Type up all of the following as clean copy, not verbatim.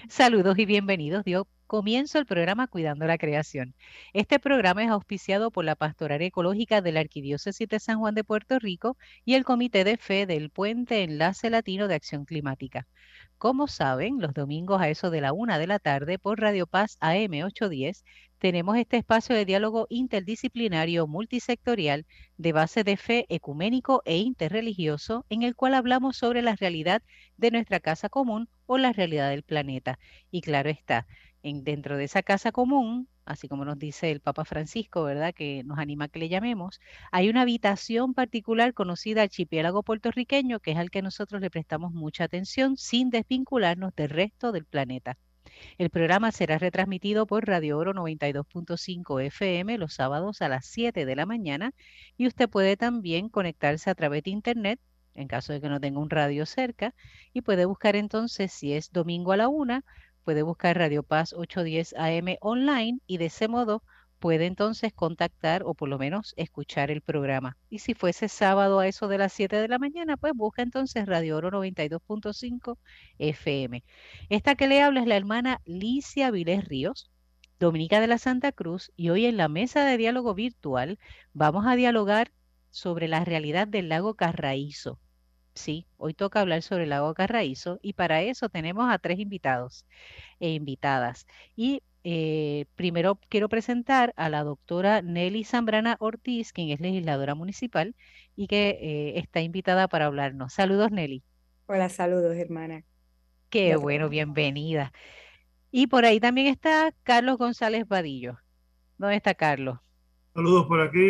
Saludos y bienvenidos. Dio comienzo el programa Cuidando la Creación. Este programa es auspiciado por la Pastoral Ecológica de la Arquidiócesis de San Juan de Puerto Rico y el Comité de Fe del Puente Enlace Latino de Acción Climática. Como saben, los domingos a eso de la 1 de la tarde por Radio Paz AM 810 tenemos este espacio de diálogo interdisciplinario multisectorial de base de fe ecuménico e interreligioso en el cual hablamos sobre la realidad de nuestra casa común o la realidad del planeta. Y claro está, dentro de esa casa común, así como nos dice el Papa Francisco, ¿verdad? Que nos anima a que le llamemos, hay una habitación particular conocida archipiélago puertorriqueño, que es al que nosotros le prestamos mucha atención sin desvincularnos del resto del planeta. El programa será retransmitido por Radio Oro 92.5 FM los sábados a las 7 de la mañana y usted puede también conectarse a través de internet en caso de que no tenga un radio cerca y puede buscar entonces si es domingo a la 1, puede buscar Radio Paz 810 AM online y de ese modo puede entonces contactar o por lo menos escuchar el programa. Y si fuese sábado a eso de las 7 de la mañana, pues busca entonces Radio Oro 92.5 FM. Esta que le habla es la hermana Licia Vilés Ríos, dominica de la Santa Cruz, y hoy en la mesa de diálogo virtual vamos a dialogar sobre la realidad del lago Carraízo. Sí, hoy toca hablar sobre el lago Carraízo y para eso tenemos a tres invitados e invitadas. Y primero quiero presentar a la doctora Nelly Zambrana Ortiz, quien es legisladora municipal y que está invitada para hablarnos. Saludos, Nelly. Hola, saludos, hermana. Qué Ya bueno, todo. bienvenida. Y por ahí también está Carlos González Vadillo. ¿Dónde está Carlos? Saludos por aquí,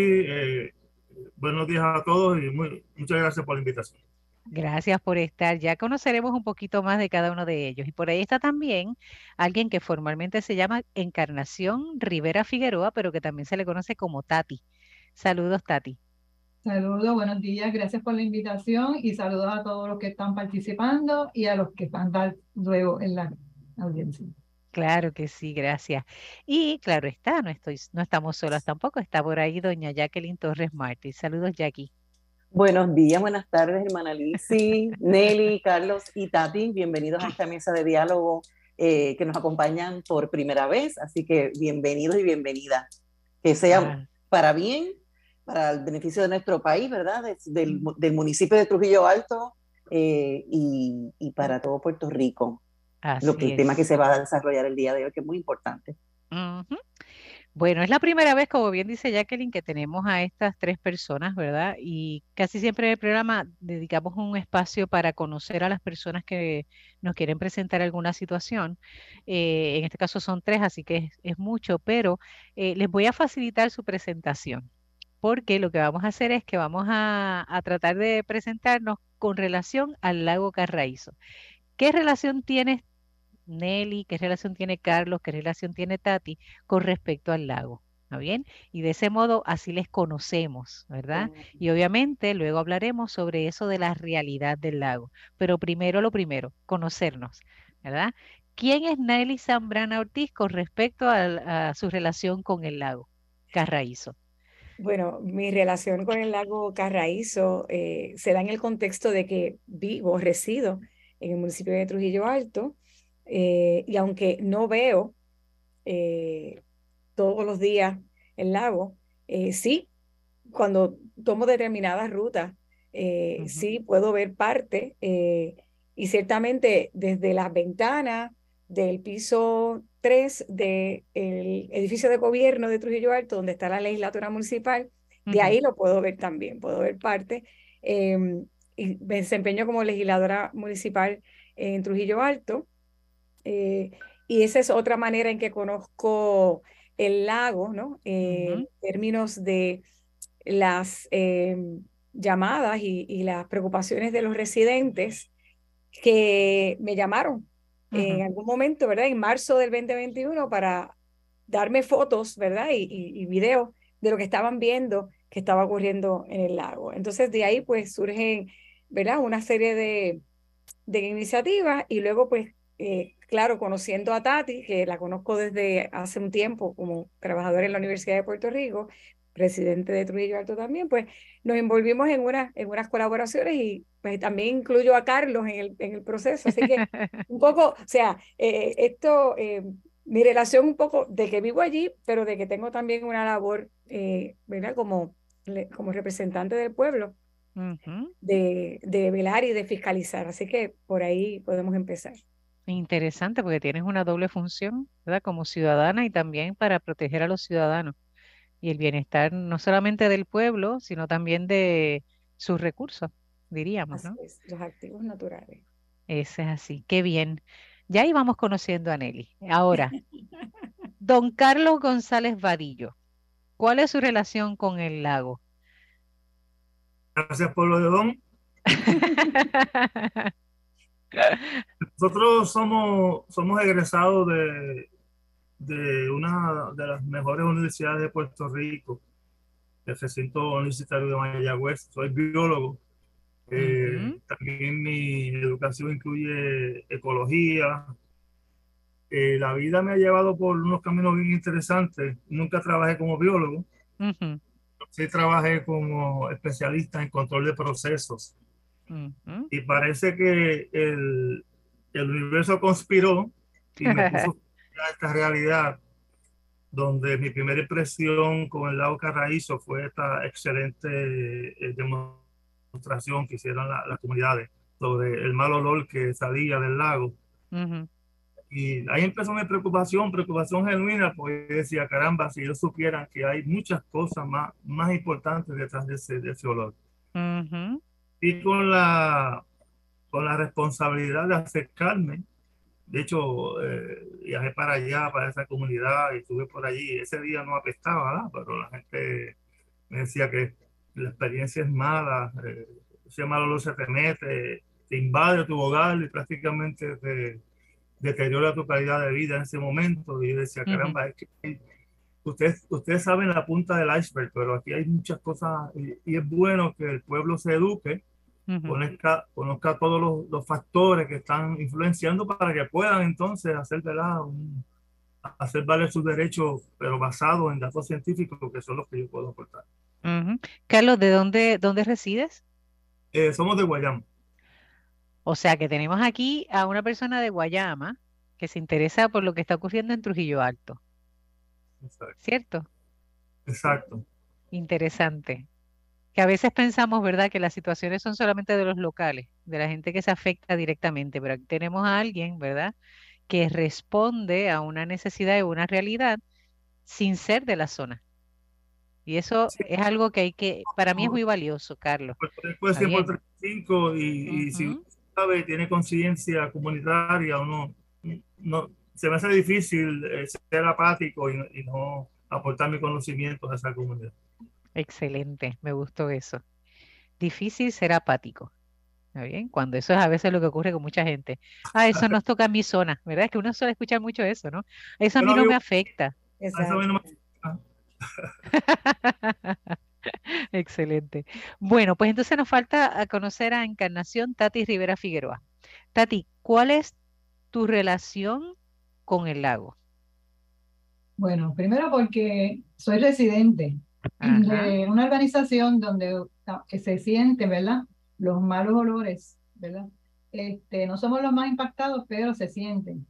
buenos días a todos y muchas gracias por la invitación. Gracias por estar. Ya conoceremos un poquito más de cada uno de ellos. Y por ahí está también alguien que formalmente se llama Encarnación Rivera Figueroa, pero que también se le conoce como Tati. Saludos, Tati. Saludos, buenos días, gracias por la invitación y saludos a todos los que están participando y a los que van a estar luego en la audiencia. Claro que sí, gracias. Y claro está, no estamos solas tampoco. Está por ahí doña Jacqueline Torres Martí. Saludos, Jackie. Buenos días, buenas tardes, hermana Lizzy, Nelly, Carlos y Tati. Bienvenidos a esta mesa de diálogo que nos acompañan por primera vez. Así que bienvenidos y bienvenidas. Que sea Ah, para bien, para el beneficio de nuestro país, ¿verdad? Del municipio de Trujillo Alto y para todo Puerto Rico. así El tema que es. se va a desarrollar el día de hoy, que es muy importante. Ujú. Bueno, es la primera vez, como bien dice Jacqueline, que tenemos a estas tres personas, ¿verdad? Y casi siempre en el programa dedicamos un espacio para conocer a las personas que nos quieren presentar alguna situación. En este caso son tres, así que es mucho, pero les voy a facilitar su presentación, porque lo que vamos a hacer es que vamos a tratar de presentarnos con relación al lago Carraízo. ¿Qué relación tiene Nelly, qué relación tiene Carlos, qué relación tiene Tati con respecto al lago? ¿Está bien? Y de ese modo así les conocemos, ¿verdad? Y obviamente luego hablaremos sobre eso de la realidad del lago. Pero primero lo primero, conocernos, ¿verdad? ¿Quién es Nelly Zambrana Ortiz con respecto a su relación con el lago Carraízo? Bueno, mi relación con el lago Carraízo se da en el contexto de que vivo, resido en el municipio de Trujillo Alto, y aunque no veo eh, todos los días el lago, sí, cuando tomo determinadas rutas, Ujú, sí puedo ver parte, y ciertamente desde las ventanas del piso 3 del edificio de gobierno de Trujillo Alto, donde está la legislatura municipal, de ujú. ahí lo puedo ver también, puedo ver parte. Y me desempeño como legisladora municipal en Trujillo Alto, eh, y esa es otra manera en que conozco el lago, ¿no? En Ujú, términos de las llamadas y las preocupaciones de los residentes que me llamaron en ujú. algún momento, ¿verdad? En marzo del 2021 para darme fotos, ¿verdad? Y videos de lo que estaban viendo que estaba ocurriendo en el lago. Entonces de ahí pues surgen, ¿verdad? Una serie de iniciativas y luego pues, claro, conociendo a Tati, que la conozco desde hace un tiempo como trabajadora en la Universidad de Puerto Rico, residente de Trujillo Alto también, pues nos envolvimos en unas colaboraciones y pues también incluyo a Carlos en el proceso. Así que un poco, o sea, mi relación un poco de que vivo allí, pero de que tengo también una labor, ¿verdad? Como representante del pueblo, de velar y de fiscalizar. Así que por ahí podemos empezar. Interesante, porque tienes una doble función, ¿verdad? Como ciudadana y también para proteger a los ciudadanos y el bienestar no solamente del pueblo, sino también de sus recursos, diríamos, Así ¿no? es, los activos naturales. Ese es así. Qué bien. Ya íbamos conociendo a Nelly. Ahora, don Carlos González Vadillo, ¿cuál es su relación con el lago? Gracias por lo de Don. Nosotros somos egresados de una de las mejores universidades de Puerto Rico, el recinto universitario de Mayagüez. Soy biólogo. También mi educación incluye ecología. La vida me ha llevado por unos caminos bien interesantes. Nunca trabajé como biólogo, Ujú, sí trabajé como especialista en control de procesos. ujú, Y parece que el universo conspiró y me puso a esta realidad donde mi primera impresión con el lago Carraízo fue esta excelente demostración que hicieron las comunidades sobre el mal olor que salía del lago. ujú. Y ahí empezó mi preocupación genuina, porque decía, caramba, si ellos supieran que hay muchas cosas más importantes detrás de ese olor. Ujú, Y con la responsabilidad de acercarme. De hecho, viajé para allá, para esa comunidad, y estuve por allí. Ese día no apestaba, ¿verdad? Pero la gente me decía que la experiencia es mala, ese mal olor se te mete, te invade tu hogar y prácticamente te deteriora tu calidad de vida en ese momento. Y yo decía, ujú. caramba, es que ustedes saben la punta del iceberg, pero aquí hay muchas cosas y es bueno que el pueblo se eduque, Ujú. conozca todos los factores que están influenciando para que puedan entonces hacer, ¿verdad? Hacer valer sus derechos, pero basados en datos científicos, que son los que yo puedo aportar. Ujú. Carlos, ¿de dónde resides? Somos de Guayama. O sea que tenemos aquí a una persona de Guayama que se interesa por lo que está ocurriendo en Trujillo Alto, Exacto. ¿cierto? Exacto. Interesante. Que a veces pensamos, ¿verdad?, que las situaciones son solamente de los locales, de la gente que se afecta directamente, pero aquí tenemos a alguien, ¿verdad?, que responde a una necesidad y una realidad sin ser de la zona. Y eso Sí, es algo que para mí es muy valioso, Carlos. Puerto Rico es ¿Está 100 por bien? 35 y si uno Ujú. sabe, tiene conciencia comunitaria, uno no, se me hace difícil ser apático y no aportar mi conocimiento a esa comunidad. Excelente, me gustó eso. Difícil ser apático. ¿Está bien? Cuando eso es a veces lo que ocurre con mucha gente. Ah, eso nos toca en mi zona, ¿verdad? Es que uno suele escuchar mucho eso, ¿no? Eso a Yo mí no no me vivo, afecta. eso a mí no Exacto. me... Excelente. Bueno, pues entonces nos falta a conocer a Encarnación Tati Rivera Figueroa. Tati, ¿cuál es tu relación con el lago? Bueno, primero porque soy residente Ajá. de una organización donde que se sienten, ¿verdad? Los malos olores, ¿verdad? No somos los más impactados, pero se sienten.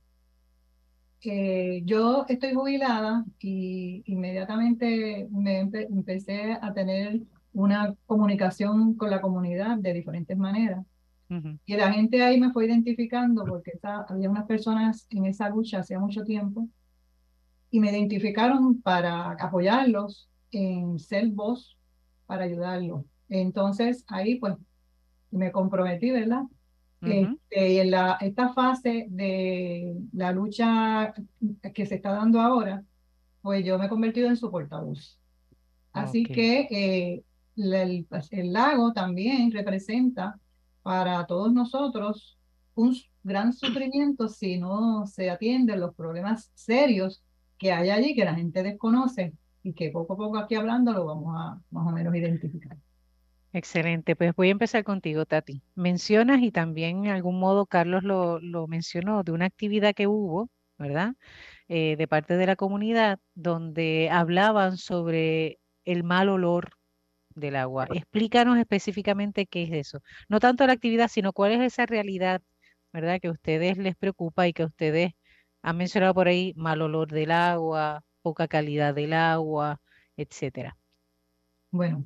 Yo estoy jubilada y inmediatamente empecé a tener una comunicación con la comunidad de diferentes maneras. Ujú, Y la gente ahí me fue identificando porque había unas personas en esa lucha hacía mucho tiempo y me identificaron para apoyarlos en ser voz para ayudarlos. Entonces ahí pues me comprometí, ¿verdad? ujú. Y en esta fase de la lucha que se está dando ahora, pues yo me he convertido en su portavoz. Así Ok. que el lago también representa para todos nosotros un gran sufrimiento si no se atienden los problemas serios que hay allí, que la gente desconoce y que poco a poco aquí hablando lo vamos a más o menos identificar. Excelente. Pues voy a empezar contigo, Tati. Mencionas y también en algún modo Carlos lo mencionó de una actividad que hubo, ¿verdad? De parte de la comunidad donde hablaban sobre el mal olor del agua. Explícanos específicamente qué es eso. No tanto la actividad, sino cuál es esa realidad, ¿verdad? Que a ustedes les preocupa y que a ustedes han mencionado por ahí mal olor del agua, poca calidad del agua, etcétera. Bueno,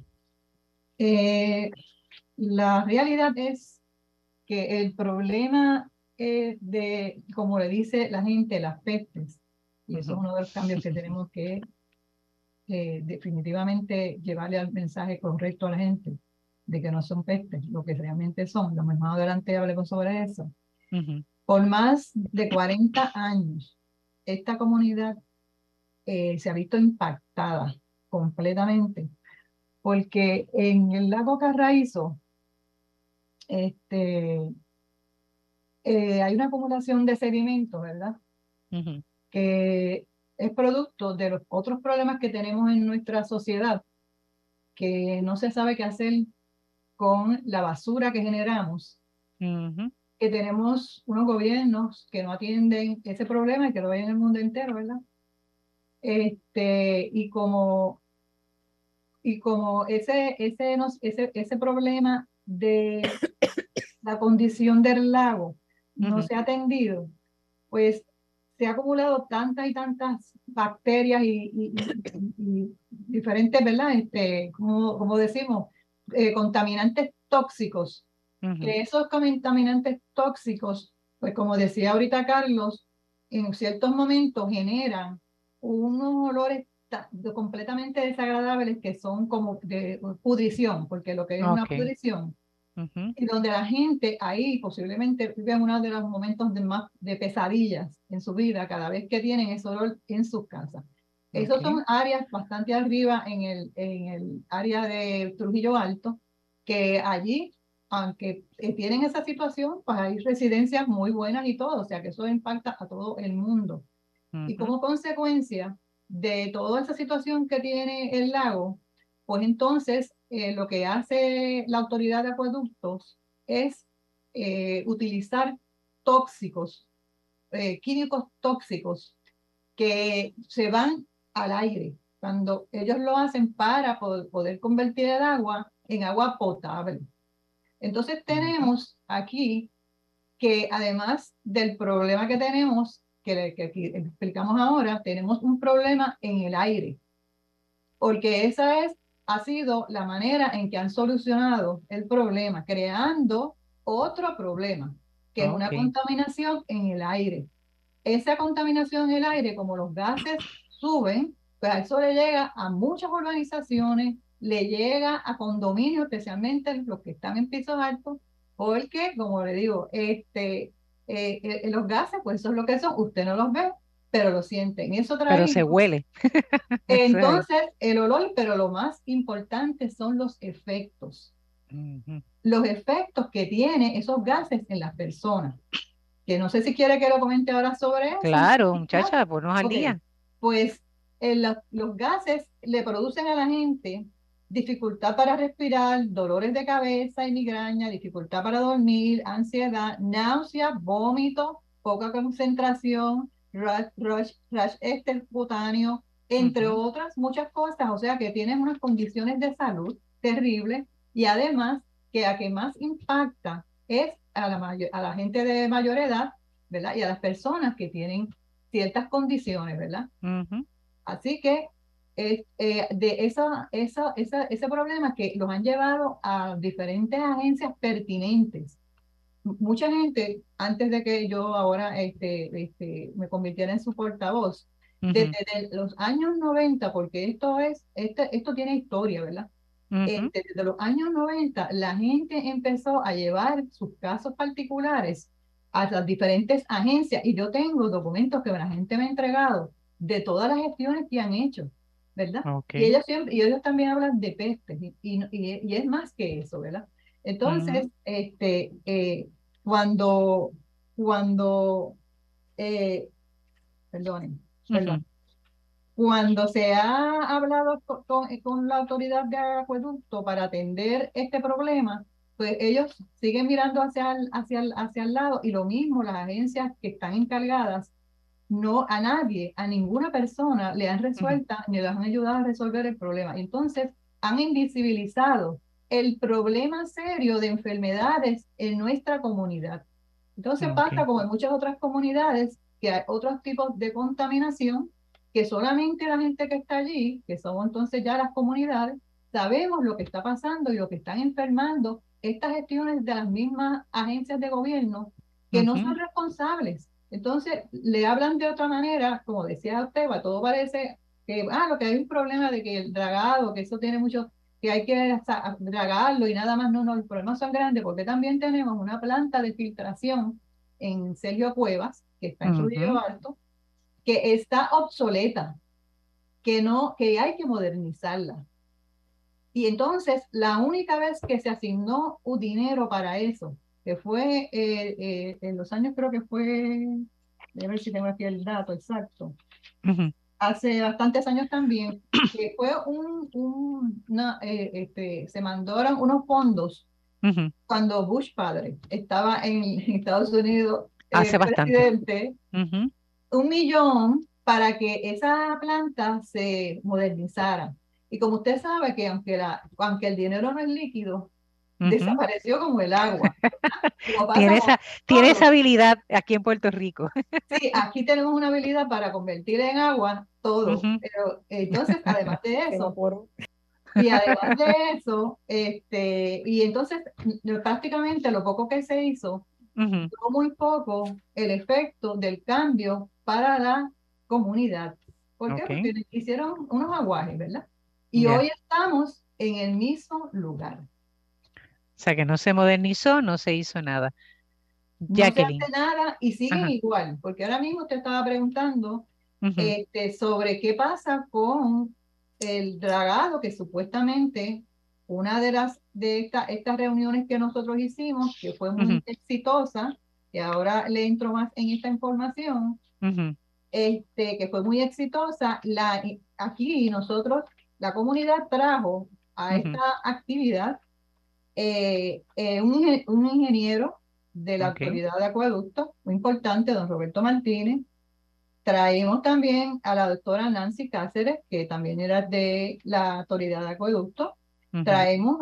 la realidad es que el problema como le dice la gente, las pestes, y eso es uno de los cambios que tenemos que definitivamente llevarle al mensaje correcto a la gente, de que no son pestes, lo que realmente son. Lo más adelante hablemos sobre eso. Por más de 40 años, esta comunidad se ha visto impactada completamente, porque en el lago Carraízo hay una acumulación de sedimentos, ¿verdad? Que es producto de los otros problemas que tenemos en nuestra sociedad, que no se sabe qué hacer con la basura que generamos, que tenemos unos gobiernos que no atienden ese problema y que lo ven en el mundo entero, ¿verdad? Y como ese problema de la condición del lago no se ha atendido, pues se ha acumulado tantas y tantas bacterias y diferentes, ¿verdad? Como decimos, contaminantes tóxicos, que esos contaminantes tóxicos, pues como decía ahorita Carlos, en ciertos momentos generan unos olores completamente desagradables que son como de pudrición, porque lo que es una pudrición, y donde la gente ahí posiblemente vive uno de los momentos más de pesadillas en su vida cada vez que tienen ese olor en sus casas. Esos son áreas bastante arriba en el área de Trujillo Alto, que allí, aunque tienen esa situación, pues hay residencias muy buenas y todo, o sea que eso impacta a todo el mundo. Y como consecuencia de toda esa situación que tiene el lago, pues entonces lo que hace la autoridad de acueductos es utilizar tóxicos, químicos tóxicos que se van al aire cuando ellos lo hacen para poder convertir el agua en agua potable. Entonces tenemos aquí que además del problema que tenemos, que aquí explicamos ahora, tenemos un problema en el aire, porque ha sido la manera en que han solucionado el problema, creando otro problema, que es una contaminación en el aire. Esa contaminación en el aire, como los gases suben, pues a eso le llega a muchas urbanizaciones, le llega a condominios, especialmente los que están en pisos altos, porque, como le digo, los gases, pues eso es lo que son, usted no los ve, pero lo sienten. Eso Pero trae. se huele. Entonces, el olor, pero lo más importante son los efectos. Los efectos que tienen esos gases en las personas. Que no sé si quiere que lo comente ahora sobre eso. Claro, muchacha, ponnos al día. Pues los gases le producen a la gente dificultad para respirar, dolores de cabeza y migraña, dificultad para dormir, ansiedad, náusea, vómito, poca concentración, rash cutáneo, entre otras muchas cosas. O sea que tienen unas condiciones de salud terribles y además que a que más impacta es a la gente de mayor edad, ¿verdad? Y a las personas que tienen ciertas condiciones, ¿verdad? Así que ese problema que los han llevado a diferentes agencias pertinentes. Mucha gente, antes de que yo ahora me convirtiera en su portavoz, desde los años 90, porque esto tiene historia, ¿verdad? Desde los años 90, la gente empezó a llevar sus casos particulares a las diferentes agencias y yo tengo documentos que la gente me ha entregado de todas las gestiones que han hecho, ¿verdad? Y ellos también hablan de pestes y es más que eso, ¿verdad? Entonces, cuando, perdón, cuando se ha hablado con la autoridad de acueducto para atender este problema, pues ellos siguen mirando hacia el lado y lo mismo las agencias que están encargadas no a nadie, a ninguna persona le han Ujú. resuelto ni les han ayudado a resolver el problema. Entonces, han invisibilizado el problema serio de enfermedades en nuestra comunidad. Entonces pasa Ok. como en muchas otras comunidades que hay otros tipos de contaminación que solamente la gente que está allí, que somos entonces ya las comunidades, sabemos lo que está pasando y lo que están enfermando estas gestiones de las mismas agencias de gobierno que no Ujú. son responsables. Entonces le hablan de otra manera, como decía usted, todo parece que, lo que hay un problema de que el dragado, que eso tiene mucho, que hay que dragarlo y nada más, no, los problemas son grandes porque también tenemos una planta de filtración en Sergio Cuevas, que está en Trujillo Ujú. Alto, que está obsoleta, que no, que hay que modernizarla. Y entonces, la única vez que se asignó un dinero para eso, que fue en los años, creo que fue, a ver si tengo aquí el dato exacto, Ujú. hace bastantes años también, que fue se mandaron unos fondos Ujú. cuando Bush padre estaba en Estados Unidos, Hace bastante. presidente, Ujú. 1 millón para que esa planta se modernizara. Y como usted sabe que aunque el dinero no es líquido, Ujú. desapareció como el agua, como pasa Tiene con tiene esa todo. habilidad aquí en Puerto Rico. Sí, aquí tenemos una habilidad para convertir en agua todo, Ujú. pero entonces, además de Se eso, evaporó. y además de eso, y entonces prácticamente lo poco que se hizo, Ujú. duró muy poco el efecto del cambio para la comunidad. ¿Por qué? Ok. Porque hicieron unos aguajes, ¿verdad? Y Ya. hoy estamos en el mismo lugar. O sea que no se modernizó, no se hizo nada. No se Jacqueline. hace nada y siguen Ajá. igual, porque ahora mismo te estaba preguntando Ujú. sobre qué pasa con el dragado, que supuestamente una de estas reuniones que nosotros hicimos, que fue Ujú. muy exitosa, y ahora le entro más en esta información, Ujú. que fue muy exitosa, aquí nosotros, la comunidad trajo a esta Ujú. actividad un ingeniero de la Ok. Autoridad de Acueducto, muy importante, don Roberto Martínez. Traímos también a la doctora Nancy Cáceres, que también era de la Autoridad de Acueducto. Ujú. Traemos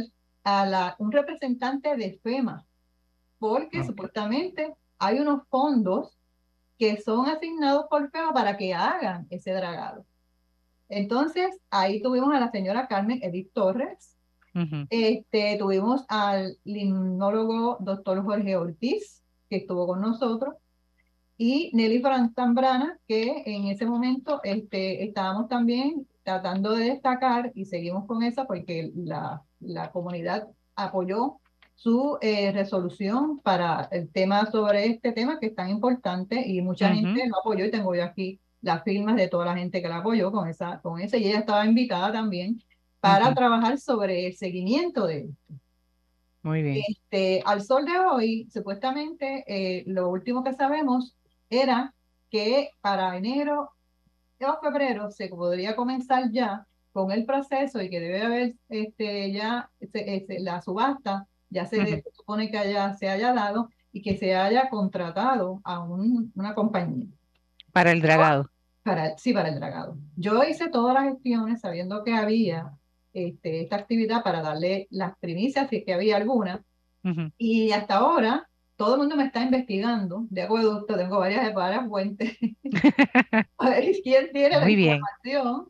un representante de FEMA, porque Ok. supuestamente hay unos fondos que son asignados por FEMA para que hagan ese dragado. Entonces, ahí tuvimos a la señora Carmen Edith Torres, Ujú. tuvimos al limnólogo doctor Jorge Ortiz, que estuvo con nosotros, y Nelly Zambrana, que en ese momento estábamos también tratando de destacar y seguimos con eso porque la comunidad apoyó su resolución para el tema sobre este tema que es tan importante y mucha Ujú. gente lo apoyó y tengo yo aquí las firmas de toda la gente que la apoyó con ese y ella estaba invitada también para Ujú. trabajar sobre el seguimiento de él. Muy bien. Al sol de hoy, supuestamente, lo último que sabemos era que para enero o febrero se podría comenzar ya con el proceso y que debe haber ya la subasta, ya Ujú. se supone que se haya dado y que se haya contratado a una compañía. Para el dragado. Sí, para el dragado. Yo hice todas las gestiones sabiendo que había esta actividad para darle las primicias, si es que había alguna, Ujú. y hasta ahora, todo el mundo me está investigando de acueducto, tengo varias fuentes, a ver quién tiene la Muy bien. información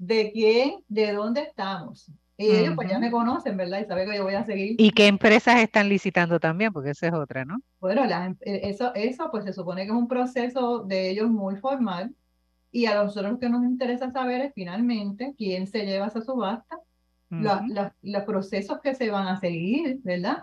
de dónde estamos. Y ellos pues ya Ujú. me conocen, ¿verdad? Y saben que yo voy a seguir. ¿Y qué empresas están licitando también? Porque esa es otra, ¿no? Bueno, eso pues se supone que es un proceso de ellos muy formal. Y a nosotros lo que nos interesa saber es finalmente quién se lleva esa subasta, Ujú. los procesos que se van a seguir, ¿verdad?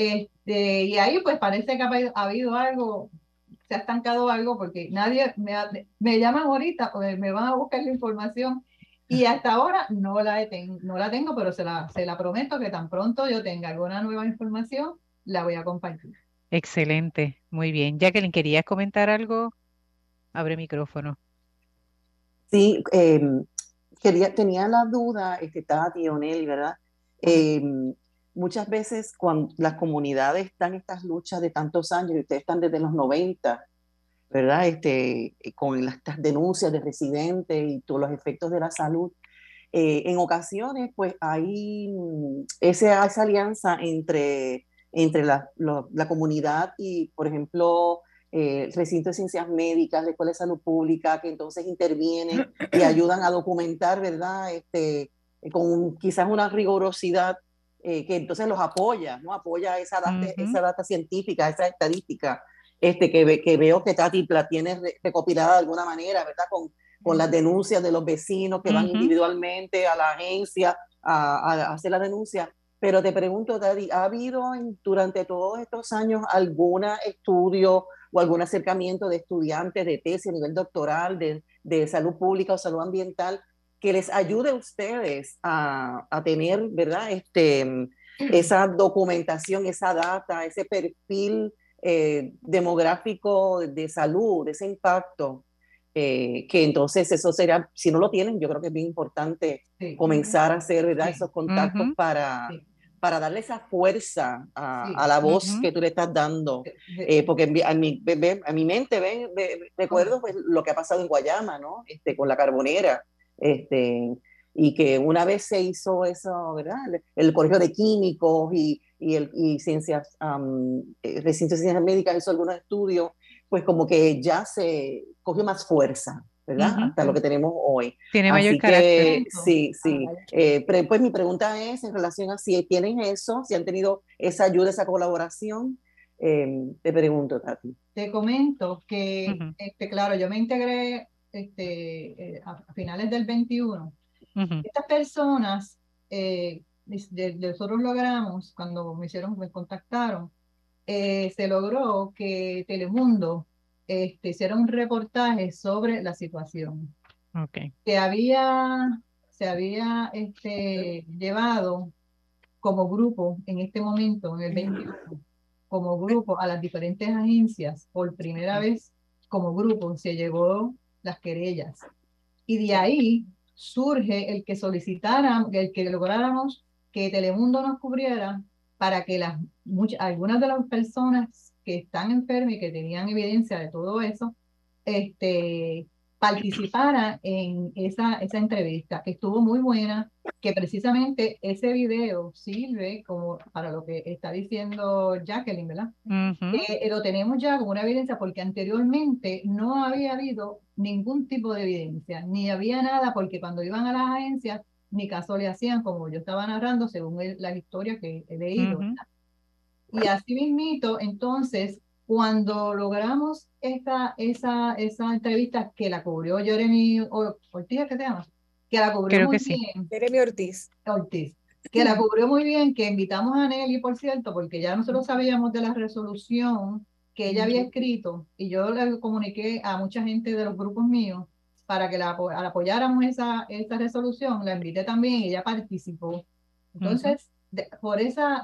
Y ahí pues parece que ha habido algo, se ha estancado algo porque nadie me llaman ahorita o me van a buscar la información y hasta ahora no la tengo, pero se la prometo que tan pronto yo tenga alguna nueva información, la voy a compartir. Excelente. Muy bien. Jacqueline, ¿querías comentar algo? Abre micrófono. Sí, tenía la duda, Tati o Nelly, ¿verdad? Ajá. Muchas veces cuando las comunidades están en estas luchas de tantos años, y ustedes están desde los 90, ¿verdad? Con estas denuncias de residentes y todos los efectos de la salud. En ocasiones, pues hay esa alianza entre la comunidad y, por ejemplo, el recinto de ciencias médicas, la Escuela de Salud Pública, que entonces intervienen y ayudan a documentar, ¿verdad? Con quizás una rigurosidad que entonces los apoya, ¿no? Apoya esa data científica, esa estadística, que veo que Tati la tiene recopilada de alguna manera, ¿verdad? Con las denuncias de los vecinos que van individualmente a la agencia a hacer la denuncia. Pero te pregunto, Tati, ¿ha habido durante todos estos años algún estudio o algún acercamiento de estudiantes de tesis a nivel doctoral de salud pública o salud ambiental que les ayude a ustedes a tener, ¿verdad? Esa documentación, esa data, ese perfil demográfico de salud, de ese impacto? Que entonces eso será, si no lo tienen, yo creo que es bien importante comenzar a hacer, ¿verdad? Esos contactos para darle esa fuerza a la voz que tú le estás dando. Porque a mi mente recuerdo pues, lo que ha pasado en Guayama, ¿no? Con la Carbonera. Y que una vez se hizo eso, ¿verdad? El Colegio de Químicos y Ciencias, Recinto de Ciencias Médicas hizo algunos estudios, pues como que ya se cogió más fuerza, ¿verdad? Hasta lo que tenemos hoy. Tiene Así mayor que, carácter. sí. Pues mi pregunta es en relación a si tienen eso, si han tenido esa ayuda, esa colaboración. Te pregunto, Tati. Te comento que, claro, yo me integré a finales del 21. Estas personas, nosotros logramos, cuando me contactaron, se logró que Telemundo hiciera un reportaje sobre la situación. Okay. Se había llevado como grupo en este momento, en el 21, como grupo a las diferentes agencias, por primera vez como grupo se llevó las querellas. Y de ahí surge el que solicitáramos, el que lográramos que Telemundo nos cubriera para que algunas de las personas que están enfermas y que tenían evidencia de todo eso, participara en esa entrevista, que estuvo muy buena, que precisamente ese video sirve como para lo que está diciendo Jacqueline, ¿verdad? Lo tenemos ya como una evidencia porque anteriormente no había habido ningún tipo de evidencia, ni había nada, porque cuando iban a las agencias ni caso le hacían, como yo estaba narrando según la historia que he leído. Y así mismito, entonces, cuando logramos esa entrevista que la cubrió Jeremy Ortiz, ¿qué se llama? Que la cubrió Creo muy que sí. bien. Jeremy Ortiz. Que la cubrió muy bien, que invitamos a Nelly, por cierto, porque ya nosotros sabíamos de la resolución que ella había escrito, y yo le comuniqué a mucha gente de los grupos míos para que la apoyáramos esa resolución, la invité también y ella participó. Entonces, por esa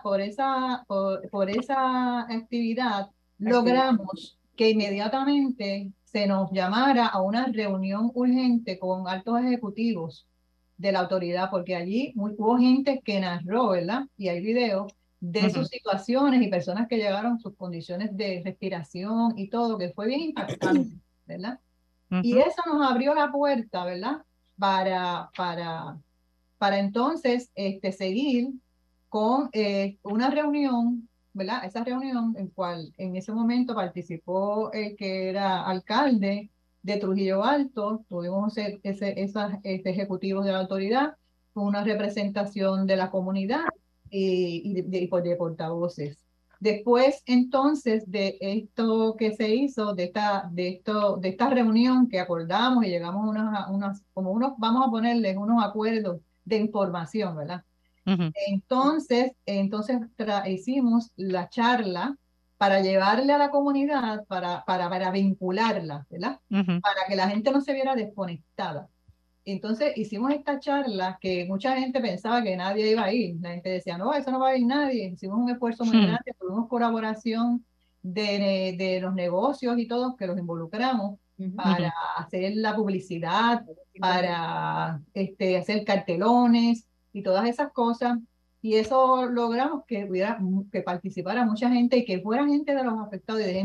actividad logramos que inmediatamente se nos llamara a una reunión urgente con altos ejecutivos de la autoridad, porque allí hubo gente que narró, ¿verdad? Y hay videos de sus situaciones y personas que llegaron sus condiciones de respiración y todo, que fue bien impactante, ¿verdad? Y eso nos abrió la puerta, ¿verdad? Para entonces seguir con una reunión, ¿verdad? Esa reunión en cual en ese momento participó el que era alcalde de Trujillo Alto, tuvimos esos ejecutivos de la autoridad, con una representación de la comunidad y de portavoces. Después, entonces, de esto que se hizo, de esta reunión que acordamos y llegamos vamos a ponerles unos acuerdos de información, ¿verdad? Entonces hicimos la charla para llevarle a la comunidad, para vincularla, ¿verdad? Para que la gente no se viera desconectada. Entonces hicimos esta charla que mucha gente pensaba que nadie iba a ir. La gente decía, no, eso no va a ir nadie. Hicimos un esfuerzo muy grande, tuvimos colaboración de los negocios y todos que los involucramos para hacer la publicidad, para hacer cartelones y todas esas cosas. Y eso logramos que participara mucha gente y que fuera gente de los afectados y de gente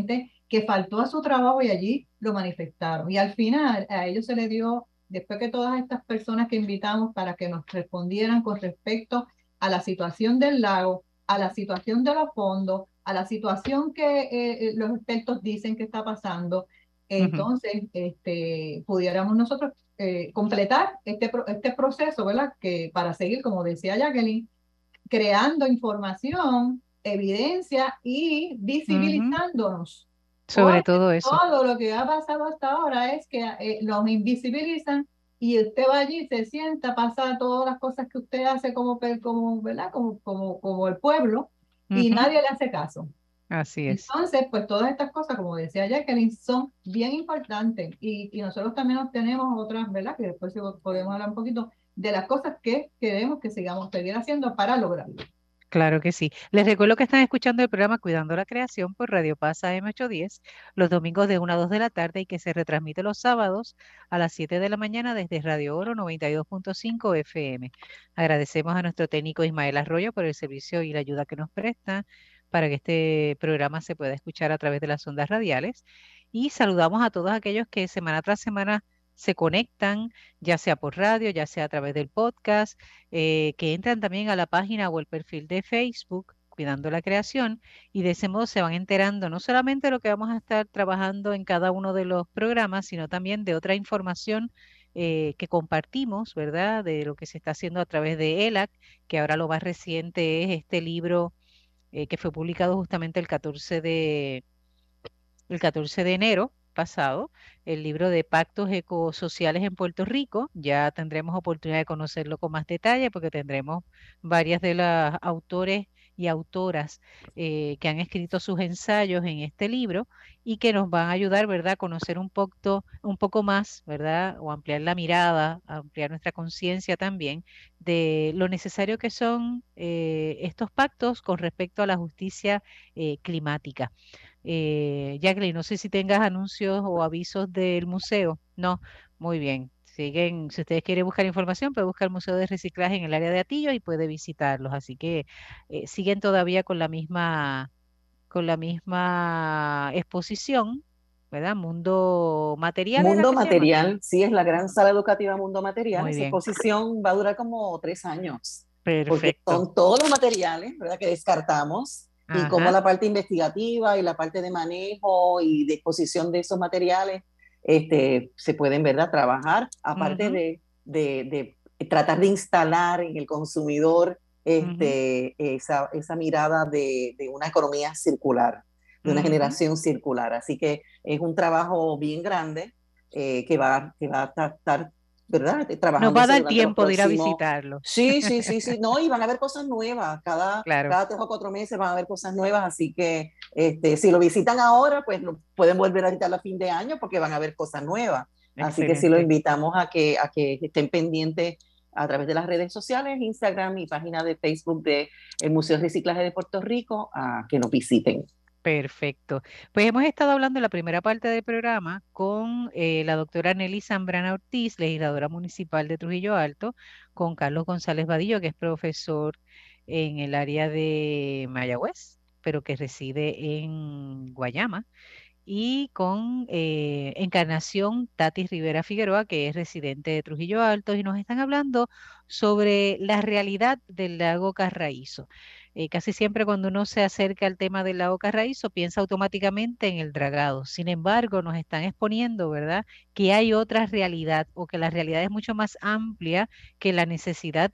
que faltó a su trabajo y allí lo manifestaron. Y al final a ellos se les dio, después que todas estas personas que invitamos para que nos respondieran con respecto a la situación del lago, a la situación de los fondos, a la situación que los expertos dicen que está pasando, entonces pudiéramos nosotros completar este proceso, ¿verdad? Que para seguir, como decía Jacqueline, creando información, evidencia y visibilizándonos. Sobre Porque todo eso. todo lo que ha pasado hasta ahora es que los invisibilizan y usted va allí, se sienta, pasa todas las cosas que usted hace ¿verdad? Como el pueblo y nadie le hace caso. Así es. Entonces, pues todas estas cosas, como decía Jacqueline, son bien importantes y nosotros también tenemos otras, ¿verdad? Que después podemos hablar un poquito de las cosas que queremos que sigamos seguir haciendo para lograrlo. Claro que sí. Les recuerdo que están escuchando el programa Cuidando la Creación por Radio Paz AM810 los domingos de 1 a 2 de la tarde y que se retransmite los sábados a las 7 de la mañana desde Radio Oro 92.5 FM. Agradecemos a nuestro técnico Ismael Arroyo por el servicio y la ayuda que nos presta para que este programa se pueda escuchar a través de las ondas radiales. Y saludamos a todos aquellos que semana tras semana se conectan, ya sea por radio, ya sea a través del podcast, que entran también a la página o el perfil de Facebook, Cuidando la Creación, y de ese modo se van enterando no solamente de lo que vamos a estar trabajando en cada uno de los programas, sino también de otra información que compartimos, ¿verdad? De lo que se está haciendo a través de ELAC, que ahora lo más reciente es este libro que fue publicado justamente el 14 de enero pasado, el libro de Pactos Ecosociales en Puerto Rico. Ya tendremos oportunidad de conocerlo con más detalle porque tendremos varias de las autores y autoras que han escrito sus ensayos en este libro y que nos van a ayudar, ¿verdad?, a conocer un poco más, ¿verdad?, o ampliar la mirada, ampliar nuestra conciencia también de lo necesario que son estos pactos con respecto a la justicia climática. Jacqueline, no sé si tengas anuncios o avisos del museo. No, muy bien. Siguen, si ustedes quieren buscar información, puede buscar el Museo de Reciclaje en el área de Atillo y puede visitarlos. Así que siguen todavía con la misma exposición, ¿verdad? Mundo Material era Mundo que se llama. Material, sí, es la gran sala educativa Mundo Material. Muy Esa bien, exposición va a durar como 3 años, porque perfecto. son todos los materiales, ¿verdad?, que descartamos y cómo Ajá, la parte investigativa y la parte de manejo y de exposición de esos materiales se pueden, ¿verdad?, trabajar, aparte ujú, de tratar de instalar en el consumidor ujú, esa mirada de una economía circular, de una ujú. generación circular. Así que es un trabajo bien grande que va a estar, ¿verdad?, Nos va a trabajándose dar durante los tiempo de ir a próximos. visitarlo. Sí, sí, sí, sí. No, y van a haber cosas nuevas. Cada, Claro, cada 3 o 4 meses van a haber cosas nuevas. Así que si lo visitan ahora, pues pueden volver a visitarlo a fin de año porque van a haber cosas nuevas. Así que sí lo excelente. invitamos a que estén pendientes a través de las redes sociales, Instagram y página de Facebook de el Museo de Reciclaje de Puerto Rico, a que nos visiten. Perfecto. Pues hemos estado hablando en la primera parte del programa con la doctora Nelly Zambrana Ortiz, legisladora municipal de Trujillo Alto, con Carlos González Vadillo, que es profesor en el área de Mayagüez, pero que reside en Guayama, y con Encarnación Tati Rivera Figueroa, que es residente de Trujillo Alto, y nos están hablando sobre la realidad del lago Carraízo. Casi siempre cuando uno se acerca al tema del lago Carraízo piensa automáticamente en el dragado. Sin embargo, nos están exponiendo, ¿verdad?, que hay otra realidad o que la realidad es mucho más amplia que la necesidad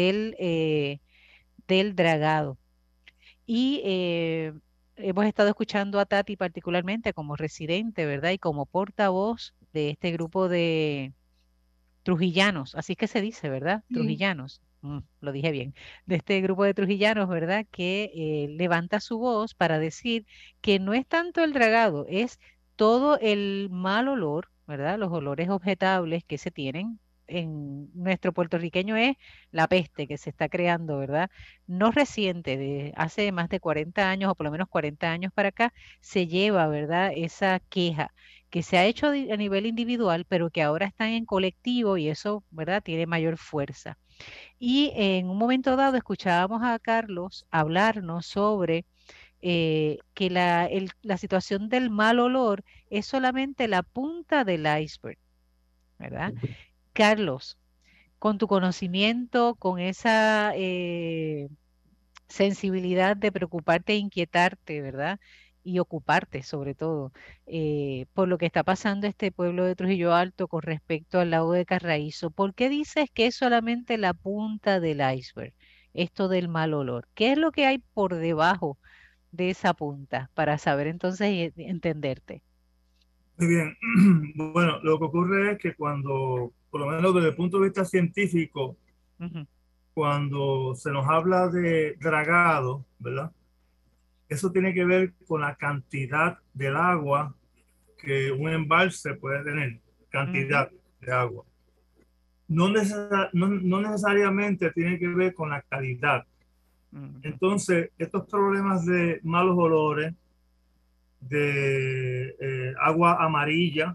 del dragado. Y hemos estado escuchando a Tati particularmente como residente, ¿verdad? Y como portavoz de este grupo de trujillanos, así que se dice, ¿verdad? Sí. Trujillanos, lo dije bien, de este grupo de trujillanos, ¿verdad? Que levanta su voz para decir que no es tanto el dragado, es todo el mal olor, ¿verdad? Los olores objetables que se tienen. En nuestro puertorriqueño es la peste que se está creando, ¿verdad? No reciente, de hace más de 40 años o por lo menos 40 años para acá, se lleva, ¿verdad? Esa queja que se ha hecho a nivel individual, pero que ahora están en colectivo y eso, ¿verdad?, tiene mayor fuerza. Y en un momento dado escuchábamos a Carlos hablarnos sobre que la situación del mal olor es solamente la punta del iceberg, ¿verdad? Carlos, con tu conocimiento, con esa sensibilidad de preocuparte e inquietarte, ¿verdad? Y ocuparte sobre todo por lo que está pasando este pueblo de Trujillo Alto con respecto al lago de Carraízo. ¿Por qué dices que es solamente la punta del iceberg, esto del mal olor? ¿Qué es lo que hay por debajo de esa punta para saber entonces entenderte? Muy bien. Bueno, lo que ocurre es que cuando, por lo menos desde el punto de vista científico, Ujú, cuando se nos habla de dragado, ¿verdad? Eso tiene que ver con la cantidad del agua que un embalse puede tener, ujú, cantidad de agua. No necesariamente tiene que ver con la calidad. ujú, Entonces, estos problemas de malos olores, de agua amarilla,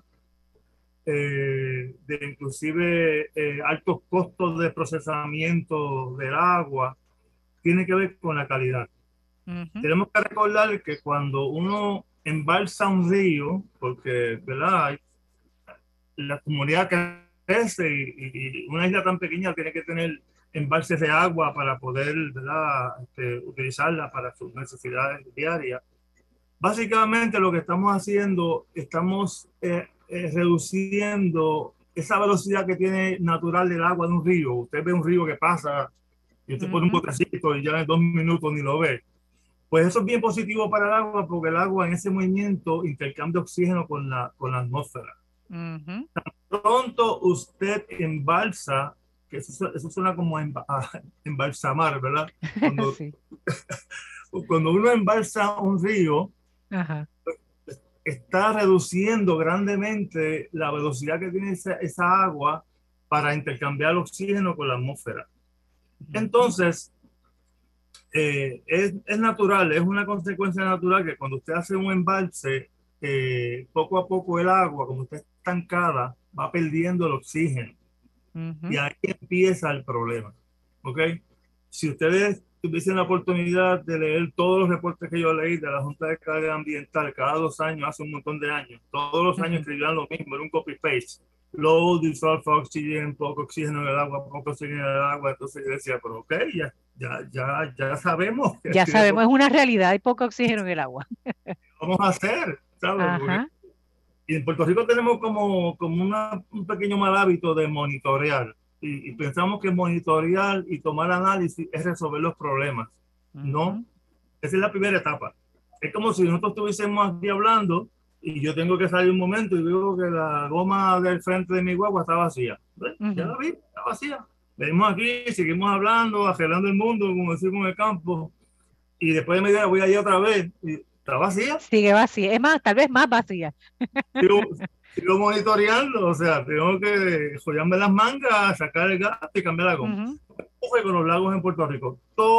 de inclusive altos costos de procesamiento del agua, tiene que ver con la calidad. ujú, Tenemos que recordar que cuando uno embalsa un río, porque ¿verdad? La comunidad crece y una isla tan pequeña tiene que tener embalses de agua para poder, ¿verdad? Utilizarla para sus necesidades diarias. Básicamente lo que estamos haciendo, estamos reduciendo esa velocidad que tiene natural del agua de un río. Usted ve un río que pasa y usted pone un ujú, botecito y ya en 2 minutos ni lo ve. Pues eso es bien positivo para el agua porque el agua en ese movimiento intercambia oxígeno con la atmósfera. ujú. Pronto usted embalsa, que eso suena como embalsamar, ¿verdad? Cuando, Sí, cuando uno embalsa un río, ajá. está reduciendo grandemente la velocidad que tiene esa agua para intercambiar oxígeno con la atmósfera. Ujú, Entonces, es natural, es una consecuencia natural que cuando usted hace un embalse, poco a poco el agua, como está estancada, va perdiendo el oxígeno. Y ujú, ahí empieza el problema. ¿Ok? Si ustedes tuviesen la oportunidad de leer todos los reportes que yo leí de la Junta de Carga Ambiental cada 2 años, hace un montón de años, todos los años ujú. escribían lo mismo, era un copy-paste. Low dissolved oxygen, poco oxígeno en el agua, poco oxígeno en el agua. Entonces yo decía, pero ok, ya sabemos que Ya tiene sabemos, poco. es una realidad, hay poco oxígeno en el agua. Vamos a hacer, ¿sabes? Porque, Ajá. y en Puerto Rico tenemos como un pequeño mal hábito de monitorear. Y pensamos que monitorear y tomar análisis es resolver los problemas. No, Ujú, esa es la primera etapa. Es como si nosotros estuviésemos aquí hablando y yo tengo que salir un momento y veo que la goma del frente de mi guagua está vacía. ¿Ves? Ya ujú. la vi, está vacía. Venimos aquí, seguimos hablando, arreglando el mundo, como decimos en el campo, y después de media hora voy allá otra vez y está vacía. Sigue vacía, es más, tal vez más vacía. Sigo, sigo monitoreando, o sea, tengo que jollarme las mangas, sacar el gato y cambiar la goma. Ujú, Ocurre con los lagos en Puerto Rico.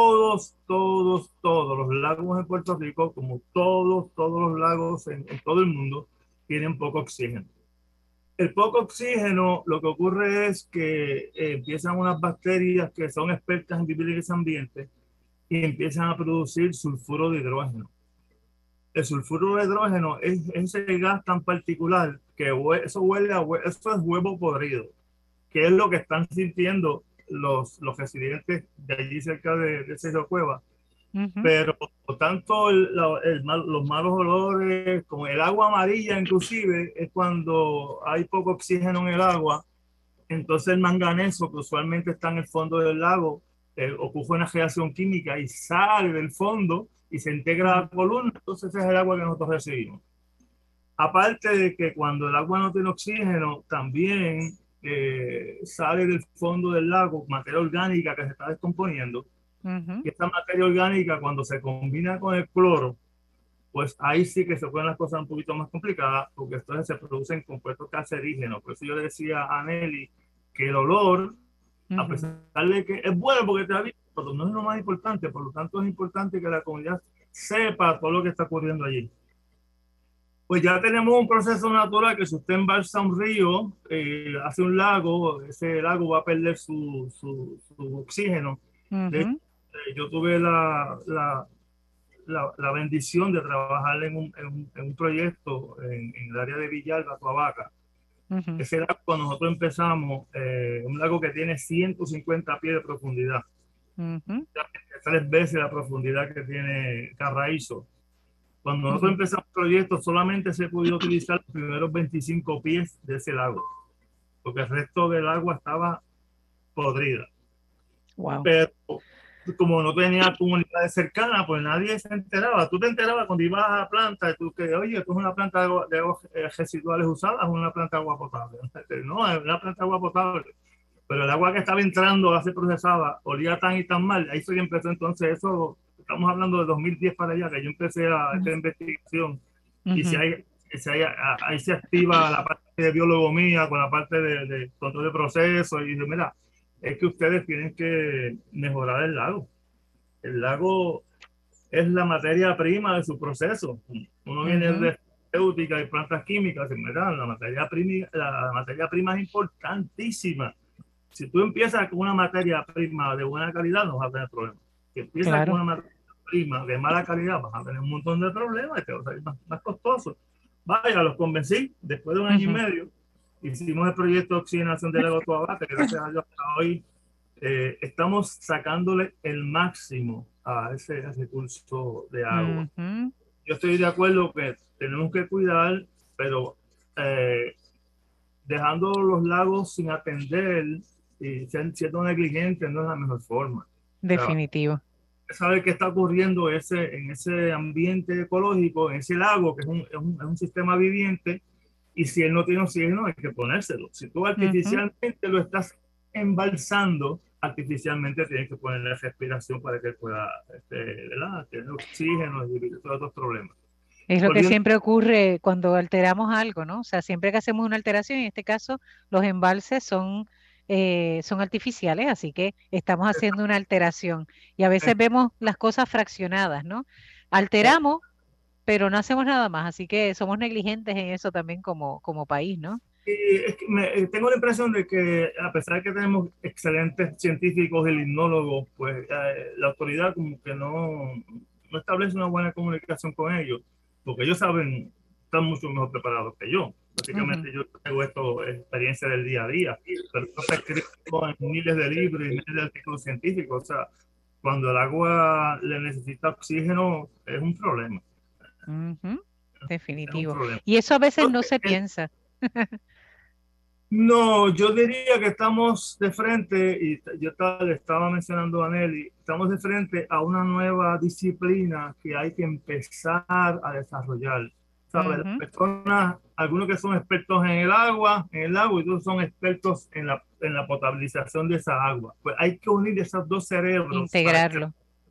Todos los lagos en Puerto Rico, como todos los lagos en todo el mundo, tienen poco oxígeno. El poco oxígeno, lo que ocurre es que empiezan unas bacterias que son expertas en vivir en ese ambiente y empiezan a producir sulfuro de hidrógeno. El sulfuro de hidrógeno es ese gas tan particular que eso huele eso es huevo podrido, que es lo que están sintiendo los residentes de allí cerca de Cerro Cueva. ujú, Pero tanto los malos olores como el agua amarilla inclusive es cuando hay poco oxígeno en el agua. Entonces el manganeso que usualmente está en el fondo del lago ocupa una reacción química y sale del fondo y se integra a ujú, la columna. Entonces ese es el agua que nosotros recibimos. Aparte de que cuando el agua no tiene oxígeno, también sale del fondo del lago materia orgánica que se está descomponiendo. ujú, Y esta materia orgánica, cuando se combina con el cloro, pues ahí sí que se ponen las cosas un poquito más complicadas, porque entonces se producen compuestos cancerígenos. Por eso yo le decía a Nelly que el olor, a ujú. pesar de que es bueno porque te avisa, pero no es lo más importante. Por lo tanto, es importante que la comunidad sepa todo lo que está ocurriendo allí. Pues ya tenemos un proceso natural que si usted embalsa un río, hace un lago, ese lago va a perder su oxígeno. De hecho, Ujú, yo tuve la bendición de trabajar en un proyecto en el área de Villalba, Tuabaca. Ese lago, cuando nosotros empezamos, un lago que tiene 150 pies de profundidad. 3 veces la profundidad que tiene Carraízo. Cuando nosotros empezamos el proyecto, solamente se podía utilizar los primeros 25 pies de ese lago, porque el resto del agua estaba podrida. Wow. Pero como no tenía comunidades cercanas, pues nadie se enteraba. Tú te enterabas cuando ibas a la planta, tú que, oye, esto es una planta de aguas residuales usadas o una planta de agua potable. No, es una planta de agua potable. Pero el agua que estaba entrando a ser procesada olía tan y tan mal. Ahí fue que empezó entonces eso. Estamos hablando de 2010 para allá, que yo empecé a esta investigación. Y ahí se activa la parte de biólogo mía con la parte de control de procesos. Y dice, mira, es que ustedes tienen que mejorar el lago. El lago es la materia prima de su proceso. Uno viene de farmacéutica y plantas químicas, ¿verdad? La materia prima es importantísima. Si tú empiezas con una materia prima de buena calidad, no vas a tener problemas. Si empiezas con una materia prima de mala calidad, vas a tener un montón de problemas y te va a salir más costoso. Vaya, los convencí. Después de 1 año y medio, hicimos el proyecto de oxigenación del lago Tuabaca, que gracias a Dios hasta hoy estamos sacándole el máximo a ese recurso de agua. Yo estoy de acuerdo que tenemos que cuidar, pero dejando los lagos sin atender y siendo negligentes no es la mejor forma. Definitivo. O sea, saber qué está ocurriendo en ese ambiente ecológico, en ese lago, que es un sistema viviente, y si él no tiene oxígeno hay que ponérselo. Si tú artificialmente lo estás embalsando, artificialmente tienes que ponerle respiración para que él pueda tener oxígeno y evitar todos estos problemas. Es lo que siempre ocurre cuando alteramos algo, ¿no? O sea, siempre que hacemos una alteración, en este caso, los embalses son artificiales, así que estamos haciendo una alteración. Y a veces vemos las cosas fraccionadas, ¿no? Alteramos, pero no hacemos nada más, así que somos negligentes en eso también como país, ¿no? Y es que tengo la impresión de que a pesar de que tenemos excelentes científicos y limnólogos, pues la autoridad como que no establece una buena comunicación con ellos, porque ellos están mucho mejor preparados que yo. Básicamente yo tengo experiencia del día a día, pero esto está escrito en miles de libros y miles de artículos científicos. O sea, cuando el agua le necesita oxígeno es un problema. Definitivo. Es un problema. Y eso a veces no se piensa. No, yo diría que estamos de frente, y yo le estaba mencionando a Nelly, estamos de frente a una nueva disciplina que hay que empezar a desarrollar. ¿Sabes? Las personas, algunos que son expertos en el agua, y otros son expertos en la potabilización de esa agua. Pues hay que unir esos dos cerebros. Integrarlo.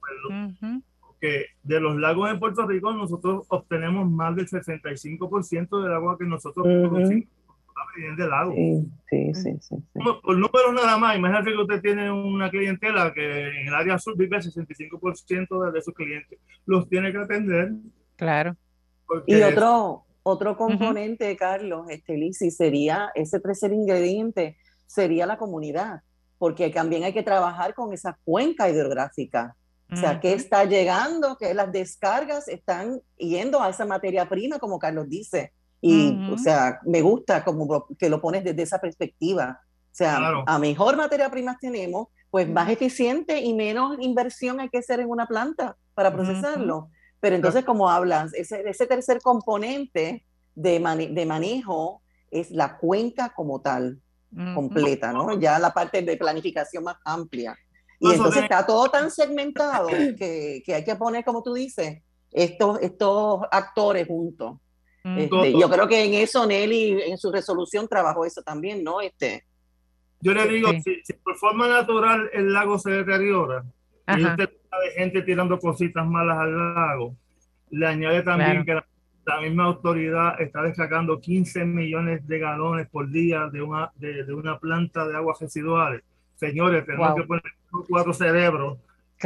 Porque de los lagos en Puerto Rico nosotros obtenemos más del 65% del agua que nosotros producimos. Del lago. Sí. Por números nada más, imagínate que usted tiene una clientela que en el área sur vive el 65% de sus clientes, los tiene que atender. Claro. Y otro componente, Carlos, Lizzy, sería ese tercer ingrediente, sería la comunidad, porque también hay que trabajar con esa cuenca hidrográfica. O sea, que está llegando, que las descargas están yendo a esa materia prima, como Carlos dice. Y, o sea, me gusta como que lo pones desde esa perspectiva. O sea, claro, a mejor materia prima tenemos, pues más eficiente y menos inversión hay que hacer en una planta para procesarlo. Pero entonces, como hablas, ese tercer componente de manejo es la cuenca como tal, completa, ¿no? Ya la parte de planificación más amplia. Y entonces está todo tan segmentado que hay que poner, como tú dices, estos actores juntos. Yo creo que en eso Nelly, en su resolución, trabajó eso también, ¿no? Yo le digo, si por forma natural el lago se deteriora y usted sabe gente tirando cositas malas al lago, le añade también que la misma autoridad está destacando 15 millones de galones por día de una planta de aguas residuales. Señores, tenemos que poner 4 cerebros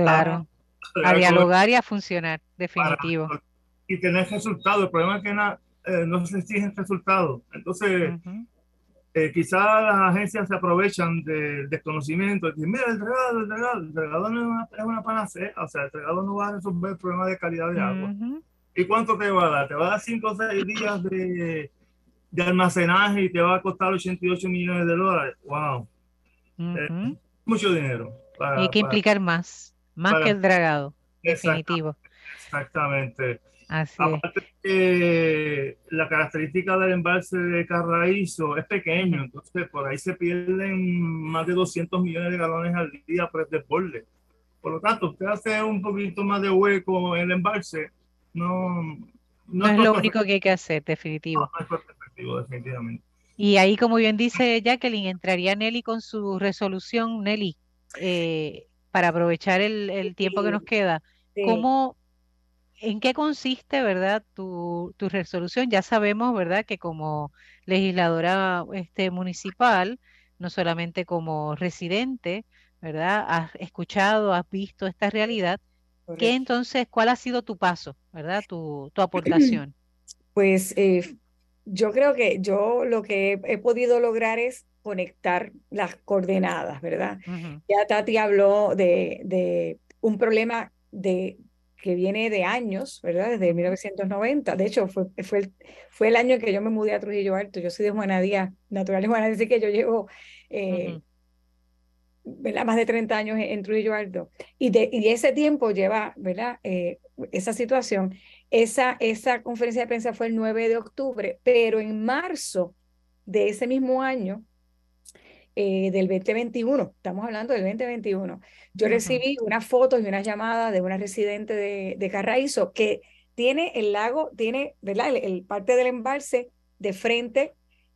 a dialogar y a funcionar, definitivo. Y tener resultados. El problema es que no se exigen resultados. Entonces, quizás las agencias se aprovechan del desconocimiento. Dicen, mira, el dragado no es una panacea, o sea, el dragado no va a resolver el problema de calidad de agua. ¿Y cuánto te va a dar? Te va a dar 5 o 6 días de almacenaje y te va a costar 88 millones de dólares. ¡Wow! Mucho dinero. Hay que implicar más que el dragado, definitivo. Exactamente. Así es. Aparte que la característica del embalse de Carraízo es pequeño, entonces por ahí se pierden más de 200 millones de galones al día por el desborde. Por lo tanto, usted hace un poquito más de hueco en el embalse, no es lo único que hay que hacer, definitivo. No es costo efectivo, definitivamente. Y ahí, como bien dice Jacqueline, entraría Nelly con su resolución, Nelly, para aprovechar el tiempo que nos queda. ¿En qué consiste, verdad, tu resolución? Ya sabemos, verdad, que como legisladora municipal, no solamente como residente, verdad, has escuchado, has visto esta realidad. ¿Qué entonces, cuál ha sido tu paso, verdad, tu aportación? Pues yo creo que yo lo que he podido lograr es conectar las coordenadas, ¿verdad? Ya Tati habló de un problema que viene de años, ¿verdad? Desde 1990. De hecho, fue el año que yo me mudé a Trujillo Alto. Yo soy de Juanadía, natural de Juanadía, así que yo llevo ¿verdad? Más de 30 años en Trujillo Alto. Y ese tiempo lleva, ¿verdad? Esa situación. Esa conferencia de prensa fue el 9 de octubre, pero en marzo de ese mismo año, del 2021, estamos hablando del 2021, yo recibí unas fotos y unas llamadas de una residente de Carraízo que tiene el lago, tiene, ¿verdad? El parte del embalse de frente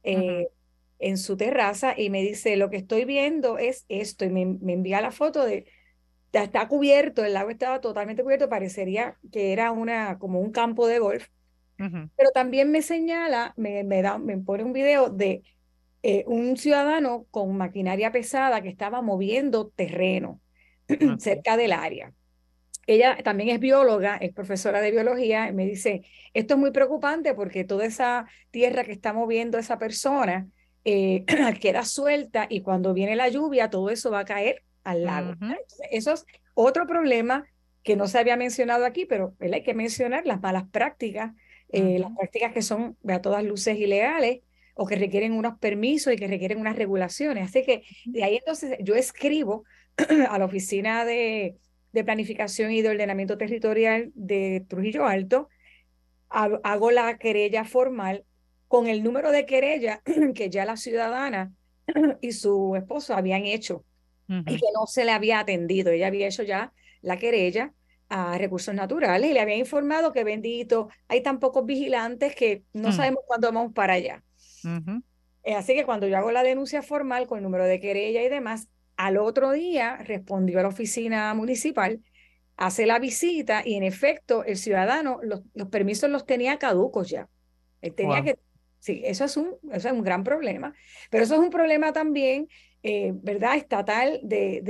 en su terraza y me dice, lo que estoy viendo es esto, y me envía la foto está cubierto, el lago estaba totalmente cubierto, parecería que era como un campo de golf, pero también me señala, me pone un video de un ciudadano con maquinaria pesada que estaba moviendo terreno cerca del área. Ella también es bióloga, es profesora de biología, y me dice, esto es muy preocupante porque toda esa tierra que está moviendo esa persona queda suelta y cuando viene la lluvia todo eso va a caer al lago. Entonces, eso es otro problema que no se había mencionado aquí, pero hay que mencionar las malas prácticas, las prácticas que son a todas luces ilegales o que requieren unos permisos y que requieren unas regulaciones. Así que de ahí entonces yo escribo a la oficina de planificación y de ordenamiento territorial de Trujillo Alto, hago la querella formal con el número de querella que ya la ciudadana y su esposo habían hecho y que no se le había atendido. Ella había hecho ya la querella a Recursos Naturales y le había informado que bendito, hay tan pocos vigilantes que no sabemos cuándo vamos para allá. Así que cuando yo hago la denuncia formal con el número de querella y demás, al otro día respondió a la oficina municipal, hace la visita y en efecto el ciudadano los permisos los tenía caducos ya. Él tenía que, sí, eso es un gran problema, pero eso es un problema también, ¿verdad? Estatal de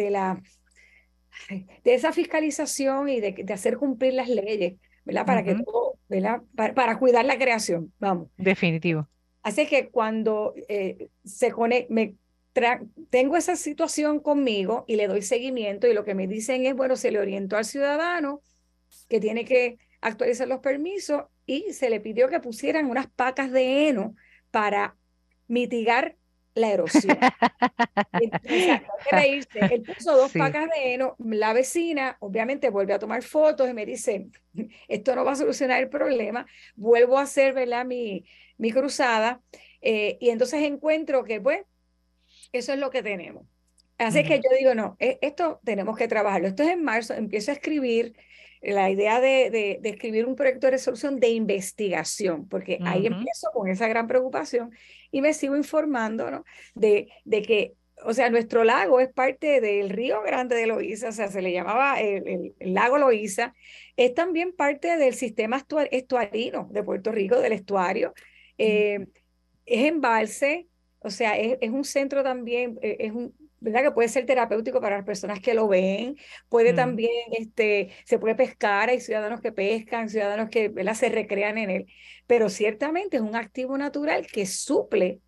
esa fiscalización y de hacer cumplir las leyes, ¿verdad? Para que todo, ¿verdad? Para cuidar la creación, vamos. Definitivo. Así que cuando tengo esa situación conmigo y le doy seguimiento y lo que me dicen es, bueno, se le orientó al ciudadano que tiene que actualizar los permisos y se le pidió que pusieran unas pacas de heno para mitigar la erosión. Entonces, él puso 2 pacas de heno, la vecina obviamente vuelve a tomar fotos y me dice, esto no va a solucionar el problema, vuelvo a hacer, ¿verdad? mi cruzada y entonces encuentro que pues eso es lo que tenemos. Así que yo digo, no, esto tenemos que trabajarlo. Esto es en marzo, empiezo a escribir la idea de escribir un proyecto de resolución de investigación, porque ahí empiezo con esa gran preocupación y me sigo informando, ¿no? de que, o sea, nuestro lago es parte del Río Grande de Loíza, o sea, se le llamaba el lago Loíza, es también parte del sistema estuarino de Puerto Rico, del estuario, es embalse, o sea, es un centro también, ¿verdad? Que puede ser terapéutico para las personas que lo ven, puede también, se puede pescar, hay ciudadanos que pescan, ciudadanos que, ¿verdad? Se recrean en él, pero ciertamente es un activo natural que suple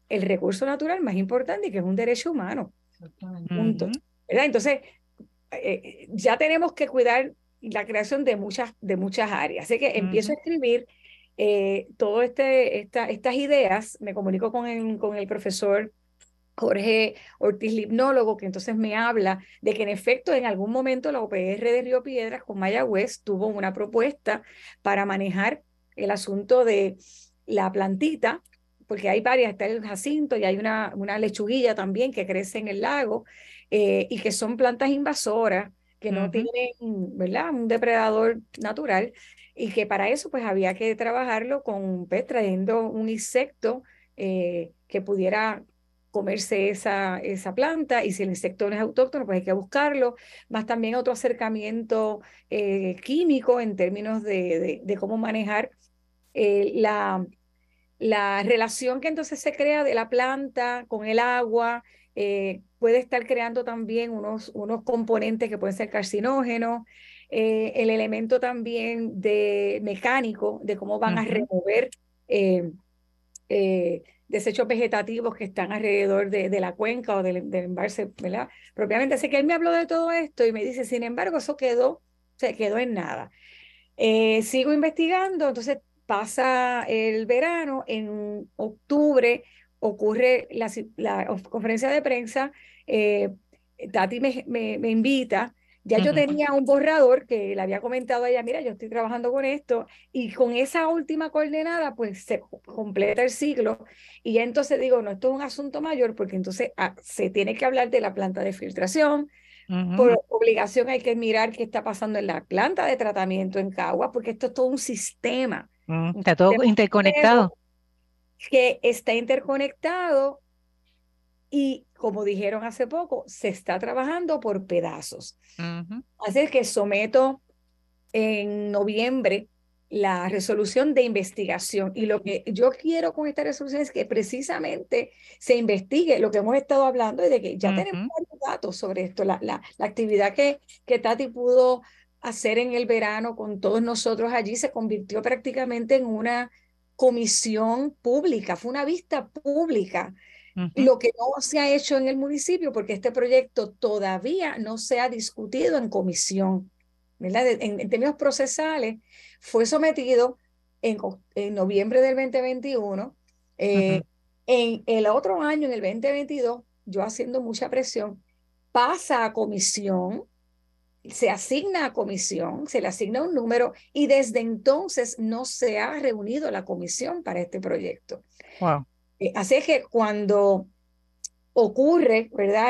el recurso natural más importante, que es un derecho humano. Punto. Ujú. ¿Verdad? Entonces, ya tenemos que cuidar la creación de muchas áreas. Así que empiezo a Ujú. escribir todas estas ideas, me comunico con el profesor Jorge Ortiz, limnólogo, que entonces me habla de que en efecto en algún momento la UPR de Río Piedras con Mayagüez tuvo una propuesta para manejar el asunto de la plantita, porque hay varias, está el jacinto y hay una lechuguilla también que crece en el lago, y que son plantas invasoras que no Ujú. tienen, ¿verdad?, un depredador natural, y que para eso pues había que trabajarlo con, pues, trayendo un insecto que pudiera comerse esa planta, y si el insecto no es autóctono, pues hay que buscarlo, más también otro acercamiento químico en términos de cómo manejar la relación que entonces se crea de la planta con el agua. Puede estar creando también unos componentes que pueden ser carcinógenos, el elemento también de mecánico, de cómo van a Ujú. remover desechos vegetativos que están alrededor de la cuenca o del embalse, ¿verdad? Propiamente. Así que él me habló de todo esto y me dice, sin embargo, se quedó en nada. Sigo investigando, entonces pasa el verano, en octubre ocurre la conferencia de prensa, eh, Tati me invita. Ya yo Ujú. tenía un borrador que le había comentado a ella, mira, yo estoy trabajando con esto, y con esa última coordenada, pues se completa el ciclo, y ya entonces digo, no, esto es un asunto mayor, porque entonces se tiene que hablar de la planta de filtración. Ujú. Por obligación hay que mirar qué está pasando en la planta de tratamiento en Cagua, porque esto es todo un Está todo sistema interconectado. complejo que está interconectado, y como dijeron hace poco, se está trabajando por pedazos. Ujú. Así es que someto en noviembre la resolución de investigación, y lo que yo quiero con esta resolución es que precisamente se investigue lo que hemos estado hablando, y de que ya tenemos Ujú. varios datos sobre esto, la actividad que Tati pudo hacer en el verano con todos nosotros allí se convirtió prácticamente en una comisión pública, fue una vista pública, Ujú. lo que no se ha hecho en el municipio, porque este proyecto todavía no se ha discutido en comisión, ¿verdad? En términos procesales, fue sometido en noviembre del 2021. Ujú. En el otro año, en el 2022, yo haciendo mucha presión, pasa a comisión, se asigna a comisión, se le asigna un número, y desde entonces no se ha reunido la comisión para este proyecto. Wow. Así que cuando ocurre, ¿verdad?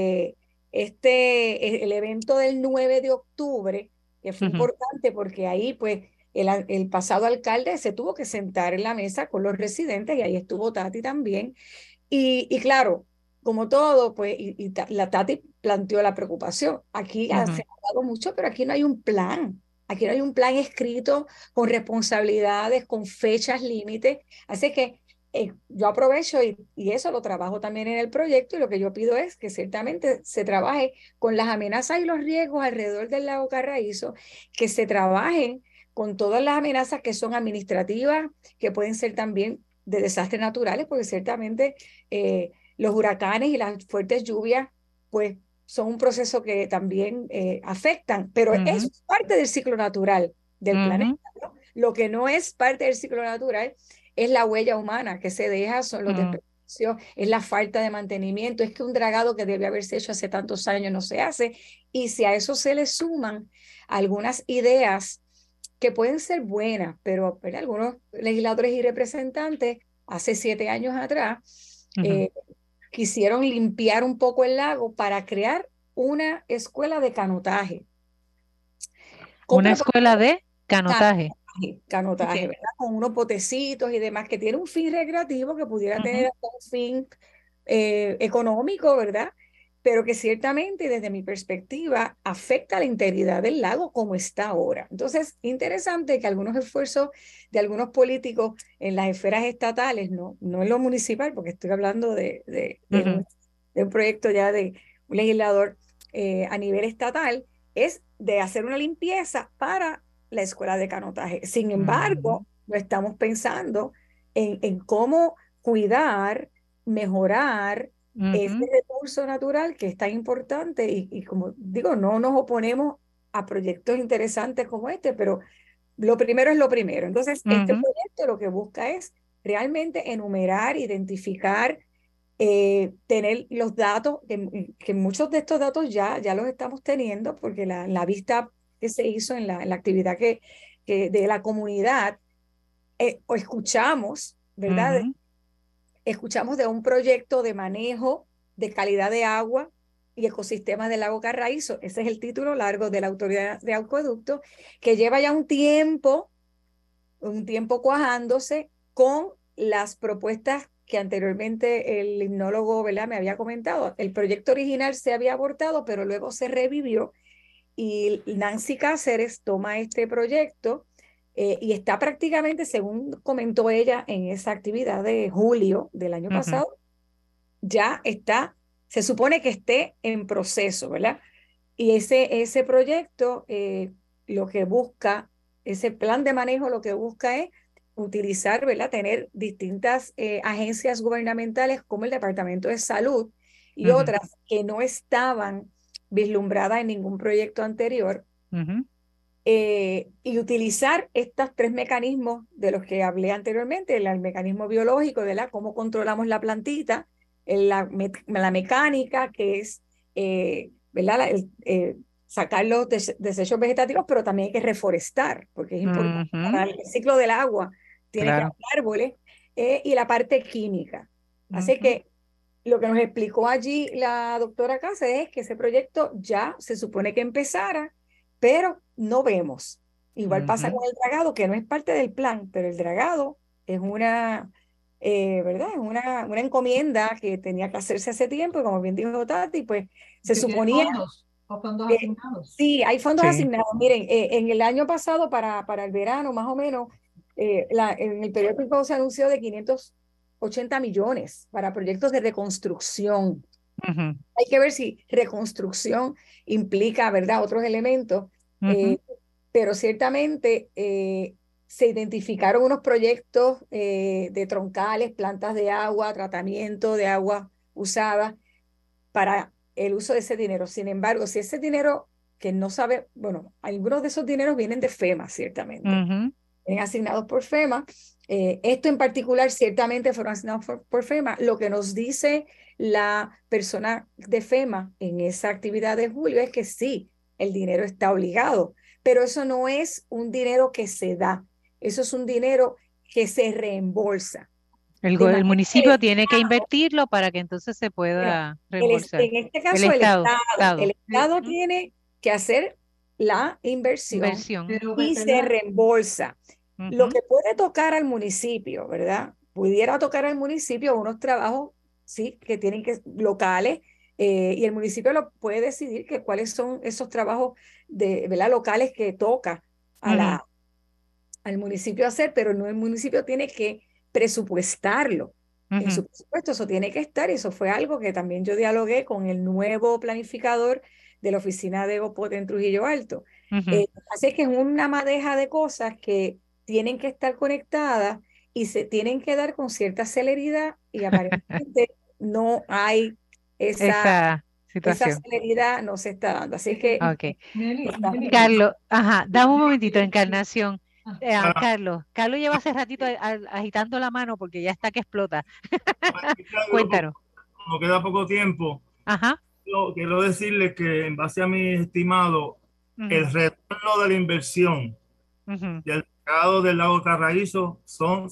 El evento del 9 de octubre, que fue Ujú. importante porque ahí, pues, el pasado alcalde se tuvo que sentar en la mesa con los residentes, y ahí estuvo Tati también. Y claro, como todo, pues, la Tati planteó la preocupación. Aquí se ha Ujú. hablado mucho, pero aquí no hay un plan. Aquí no hay un plan escrito con responsabilidades, con fechas límites. Así que yo aprovecho y eso lo trabajo también en el proyecto, y lo que yo pido es que ciertamente se trabaje con las amenazas y los riesgos alrededor del lago Carraízo, que se trabajen con todas las amenazas que son administrativas, que pueden ser también de desastres naturales, porque ciertamente los huracanes y las fuertes lluvias, pues son un proceso que también afectan, pero eso Ujú. es parte del ciclo natural del planeta, Ujú. ¿no? Lo que no es parte del ciclo natural es la huella humana que se deja, son los Ujú. desperdicios, es la falta de mantenimiento, es que un dragado que debe haberse hecho hace tantos años no se hace, y si a eso se le suman algunas ideas que pueden ser buenas, pero, ¿verdad?, algunos legisladores y representantes hace 7 años atrás Ujú. quisieron limpiar un poco el lago para crear una escuela de canotaje. Una ¿Cómo escuela de canotaje. canotaje, Okay. ¿verdad? Con unos potecitos y demás, que tiene un fin recreativo, que pudiera Ujú. tener hasta un fin económico, ¿verdad? Pero que ciertamente desde mi perspectiva afecta la integridad del lago como está ahora. Entonces, interesante que algunos esfuerzos de algunos políticos en las esferas estatales, no en lo municipal, porque estoy hablando Ujú. de un proyecto ya de un legislador a nivel estatal, es de hacer una limpieza para la escuela de canotaje. Sin Ujú. embargo, no estamos pensando en cómo cuidar mejorar ese Ujú, recurso natural que es tan importante y como digo, no nos oponemos a proyectos interesantes como este, pero lo primero es lo primero. Entonces, este ujú, proyecto lo que busca es realmente enumerar, identificar, tener los datos, que muchos de estos datos ya los estamos teniendo, porque la vista que se hizo en la actividad que de la comunidad, o escuchamos, ¿verdad? ujú, Escuchamos de un proyecto de manejo de calidad de agua y ecosistemas del lago Carraízo. Ese es el título largo de la Autoridad de Acueducto, que lleva ya un tiempo cuajándose con las propuestas que anteriormente el limnólogo, ¿verdad?, me había comentado. El proyecto original se había abortado, pero luego se revivió y Nancy Cáceres toma este proyecto, y está prácticamente, según comentó ella en esa actividad de julio del año ujú, pasado, ya está, se supone que esté en proceso, ¿verdad? Y ese proyecto, lo que busca, ese plan de manejo lo que busca es utilizar, ¿verdad? Tener distintas agencias gubernamentales como el Departamento de Salud y ujú, otras que no estaban vislumbradas en ningún proyecto anterior, ujú, y utilizar estos tres mecanismos de los que hablé anteriormente, el mecanismo biológico, de cómo controlamos la plantita, la mecánica, que es, ¿verdad? Sacar los desechos vegetativos, pero también hay que reforestar, porque es importante ujú, para el ciclo del agua, tiene que haber claro. árboles, y la parte química. Así Ujú, que lo que nos explicó allí la doctora Cáceres es que ese proyecto ya se supone que empezara, pero no vemos. Igual pasa ujú, con el dragado, que no es parte del plan, pero el dragado es una, ¿verdad? Es una encomienda que tenía que hacerse hace tiempo, y como bien dijo Tati, pues se Que tiene suponía, fondos o fondos eh, asignados. sí, hay fondos sí. asignados. Miren, en el año pasado, para el verano, más o menos, en el periódico se anunció de 580 millones para proyectos de reconstrucción. Ujú, Hay que ver si reconstrucción implica, ¿verdad?, otros elementos, ujú, eh, pero ciertamente, se identificaron unos proyectos, de troncales, plantas de agua, tratamiento de agua usada para el uso de ese dinero. Sin embargo, si ese dinero que no sabe, bueno, algunos de esos dineros vienen de FEMA, ciertamente, ujú, asignados por FEMA. Esto en particular ciertamente fueron asignados por FEMA. Lo que nos dice la persona de FEMA en esa actividad de julio es que sí, el dinero está obligado, pero eso no es un dinero que se da, eso es un dinero que se reembolsa. De El manera que municipio tiene que invertirlo para que entonces se bueno, pueda reembolsar. en este El caso Estado, El Estado. Estado Ujú, tiene que hacer la inversión inversión. Pero, y se ¿verdad? reembolsa. Lo Ujú, que puede tocar al municipio, ¿verdad? Pudiera tocar al municipio unos trabajos, sí, que tienen que locales, y el municipio lo puede decidir que cuáles son esos trabajos de, ¿verdad?, locales que toca a ujú, al municipio hacer, pero no, el municipio tiene que presupuestarlo. En ujú, su presupuesto eso tiene que estar, y eso fue algo que también yo dialogué con el nuevo planificador de la oficina de OPOT en Trujillo Alto. ujú. Así es que es una madeja de cosas que tienen que estar conectadas y se tienen que dar con cierta celeridad, y aparentemente no hay Esa esa situación. celeridad, no se está dando. Así es que Ok. estamos en eso. Carlos, ajá, dame un momentito, Encarnación. Ah, Ah, Carlos lleva hace ratito agitando la mano porque ya está que explota. Carlos, Cuéntanos. como queda poco tiempo, Ajá. quiero decirle que en base a mi estimado, Ujú, el retorno de la inversión ujú. del mercado del lago Carraízo son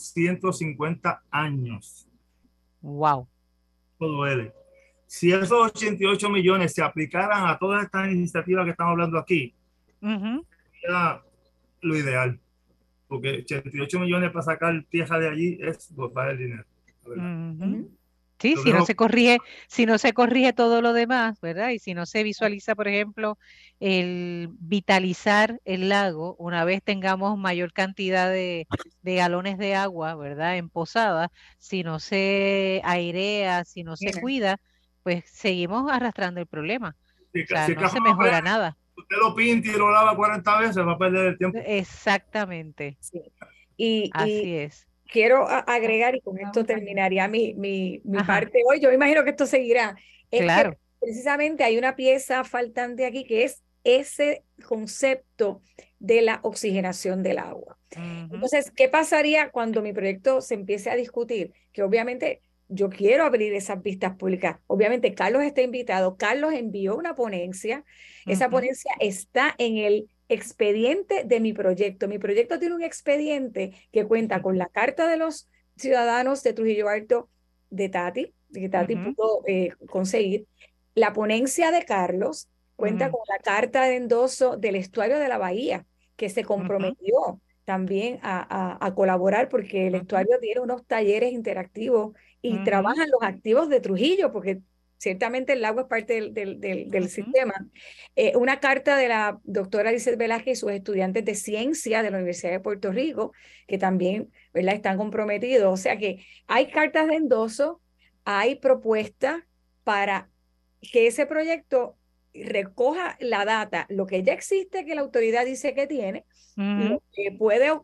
150 años. Wow. Todo duele. Si esos 88 millones se aplicaran a todas estas iniciativas que estamos hablando aquí, Ujú, era lo ideal. Porque 88 millones para sacar tierra de allí es botar el dinero. La verdad. ujú. Ujú. Sí, Lo dejo. si no se corrige todo lo demás, ¿verdad? Y si no se visualiza, por ejemplo, el vitalizar el lago, una vez tengamos mayor cantidad de galones de agua, ¿verdad? En posadas, si no se airea, si no se Mira, cuida, pues seguimos arrastrando el problema. Si, O sea, si el no cajón se no crece, mejora nada. usted lo pinta y lo lava 40 veces, va a perder el tiempo. Exactamente, sí. Y así es. quiero agregar, y con esto terminaría mi parte hoy, yo me imagino que esto seguirá, es Claro. que precisamente hay una pieza faltante aquí que es ese concepto de la oxigenación del agua. Entonces, ¿qué pasaría cuando mi proyecto se empiece a discutir? Que obviamente yo quiero abrir esas vistas públicas. Obviamente Carlos está invitado. Carlos envió una ponencia. Esa ponencia está en el expediente de mi proyecto. Mi proyecto tiene un expediente que cuenta con la carta de los ciudadanos de Trujillo Alto de Tati, que Tati pudo conseguir. La ponencia de Carlos cuenta con la carta de endoso del Estuario de la Bahía, que se comprometió también a colaborar porque el estuario tiene unos talleres interactivos y trabajan los activos de Trujillo, porque ciertamente el lago es parte del sistema. Una carta de la doctora Lizeth Velázquez y sus estudiantes de ciencia de la Universidad de Puerto Rico, que también, ¿verdad?, están comprometidos. O sea que hay cartas de endoso, hay propuestas para que ese proyecto recoja la data, lo que ya existe que la autoridad dice que tiene, lo que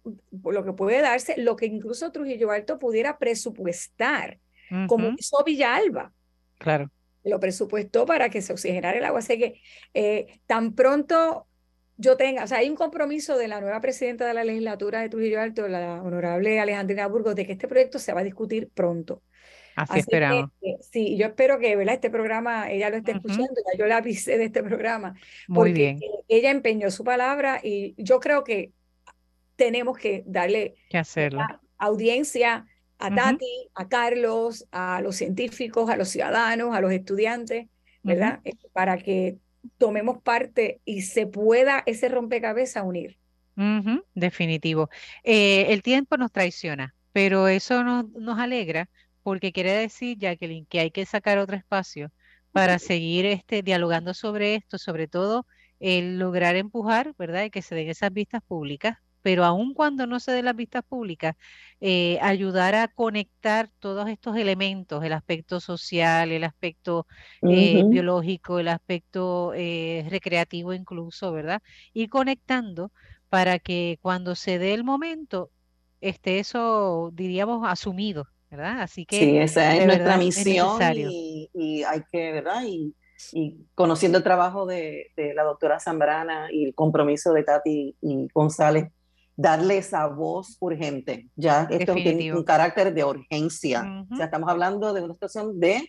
puede darse, lo que incluso Trujillo Alto pudiera presupuestar, como hizo Villalba. Claro. Lo presupuestó para que se oxigenara el agua. Así que tan pronto yo tenga, o sea, hay un compromiso de la nueva presidenta de la legislatura de Trujillo Alto, la honorable Alejandrina Burgos, de que este proyecto se va a discutir pronto. Así esperamos. Sí, yo espero que, ¿verdad?, este programa ella lo esté escuchando, ya yo la avisé de este programa, Muy porque bien. ella empeñó su palabra y yo creo que tenemos que darle Que hacerlo. audiencia a Tati, a Carlos, a los científicos, a los ciudadanos, a los estudiantes, ¿verdad? Para que tomemos parte y se pueda ese rompecabezas unir. Definitivo. El tiempo nos traiciona, pero eso nos alegra porque quiere decir, Jacqueline, que hay que sacar otro espacio para seguir dialogando sobre esto, sobre todo el lograr empujar, ¿verdad? Y que se den esas vistas públicas, pero aun cuando no se den las vistas públicas, ayudar a conectar todos estos elementos, el aspecto social, el aspecto biológico, el aspecto recreativo incluso, ¿verdad? Ir conectando para que cuando se dé el momento esté eso, diríamos, asumido, ¿verdad? Así que Sí, esa es de nuestra verdad es misión necesario. y hay que, ¿verdad? Y conociendo el trabajo de la doctora Zambrana y el compromiso de Tati y González, darle esa voz urgente. Ya esto tiene un Definitivo. carácter de urgencia. O sea, estamos hablando de una situación de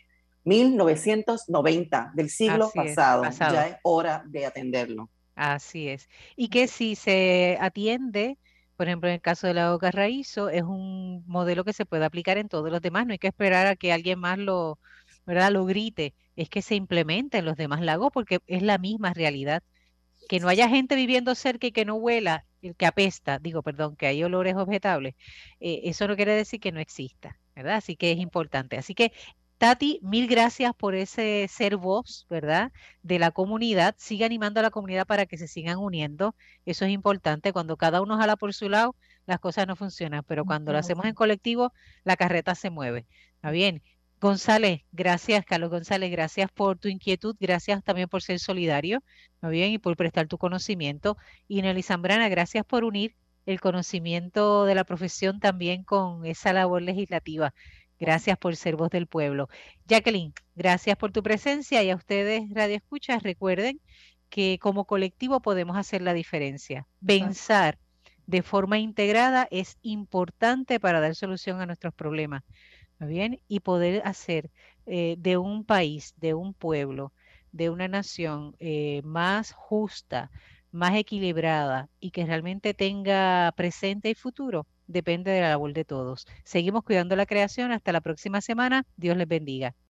1990, del siglo Así es, pasado. pasado. Ya es hora de atenderlo. Así es. Y que si se atiende, por ejemplo, en el caso del lago Carraízo, es un modelo que se puede aplicar en todos los demás. No hay que esperar a que alguien más ¿verdad?, lo grite. Es que se implemente en los demás lagos porque es la misma realidad. Que no haya gente viviendo cerca y que no huela, el que apesta, digo, perdón, que hay olores objetables, eso no quiere decir que no exista, ¿verdad? Así que es importante. Así que, Tati, mil gracias por ese ser voz, ¿verdad?, de la comunidad. Sigue animando a la comunidad para que se sigan uniendo. Eso es importante. Cuando cada uno jala por su lado, las cosas no funcionan, pero cuando lo hacemos en colectivo, la carreta se mueve. ¿Está bien? González, gracias, Carlos González, gracias por tu inquietud, gracias también por ser solidario, ¿no bien? Y por prestar tu conocimiento. Y Nelly Zambrana, gracias por unir el conocimiento de la profesión también con esa labor legislativa. Gracias por ser voz del pueblo. Jacqueline, gracias por tu presencia y a ustedes, Radio Escuchas, recuerden que como colectivo podemos hacer la diferencia. Pensar de forma integrada es importante para dar solución a nuestros problemas. ¿Está bien? Y poder hacer de un país, de un pueblo, de una nación más justa, más equilibrada y que realmente tenga presente y futuro, depende de la labor de todos. Seguimos cuidando la creación. Hasta la próxima semana. Dios les bendiga.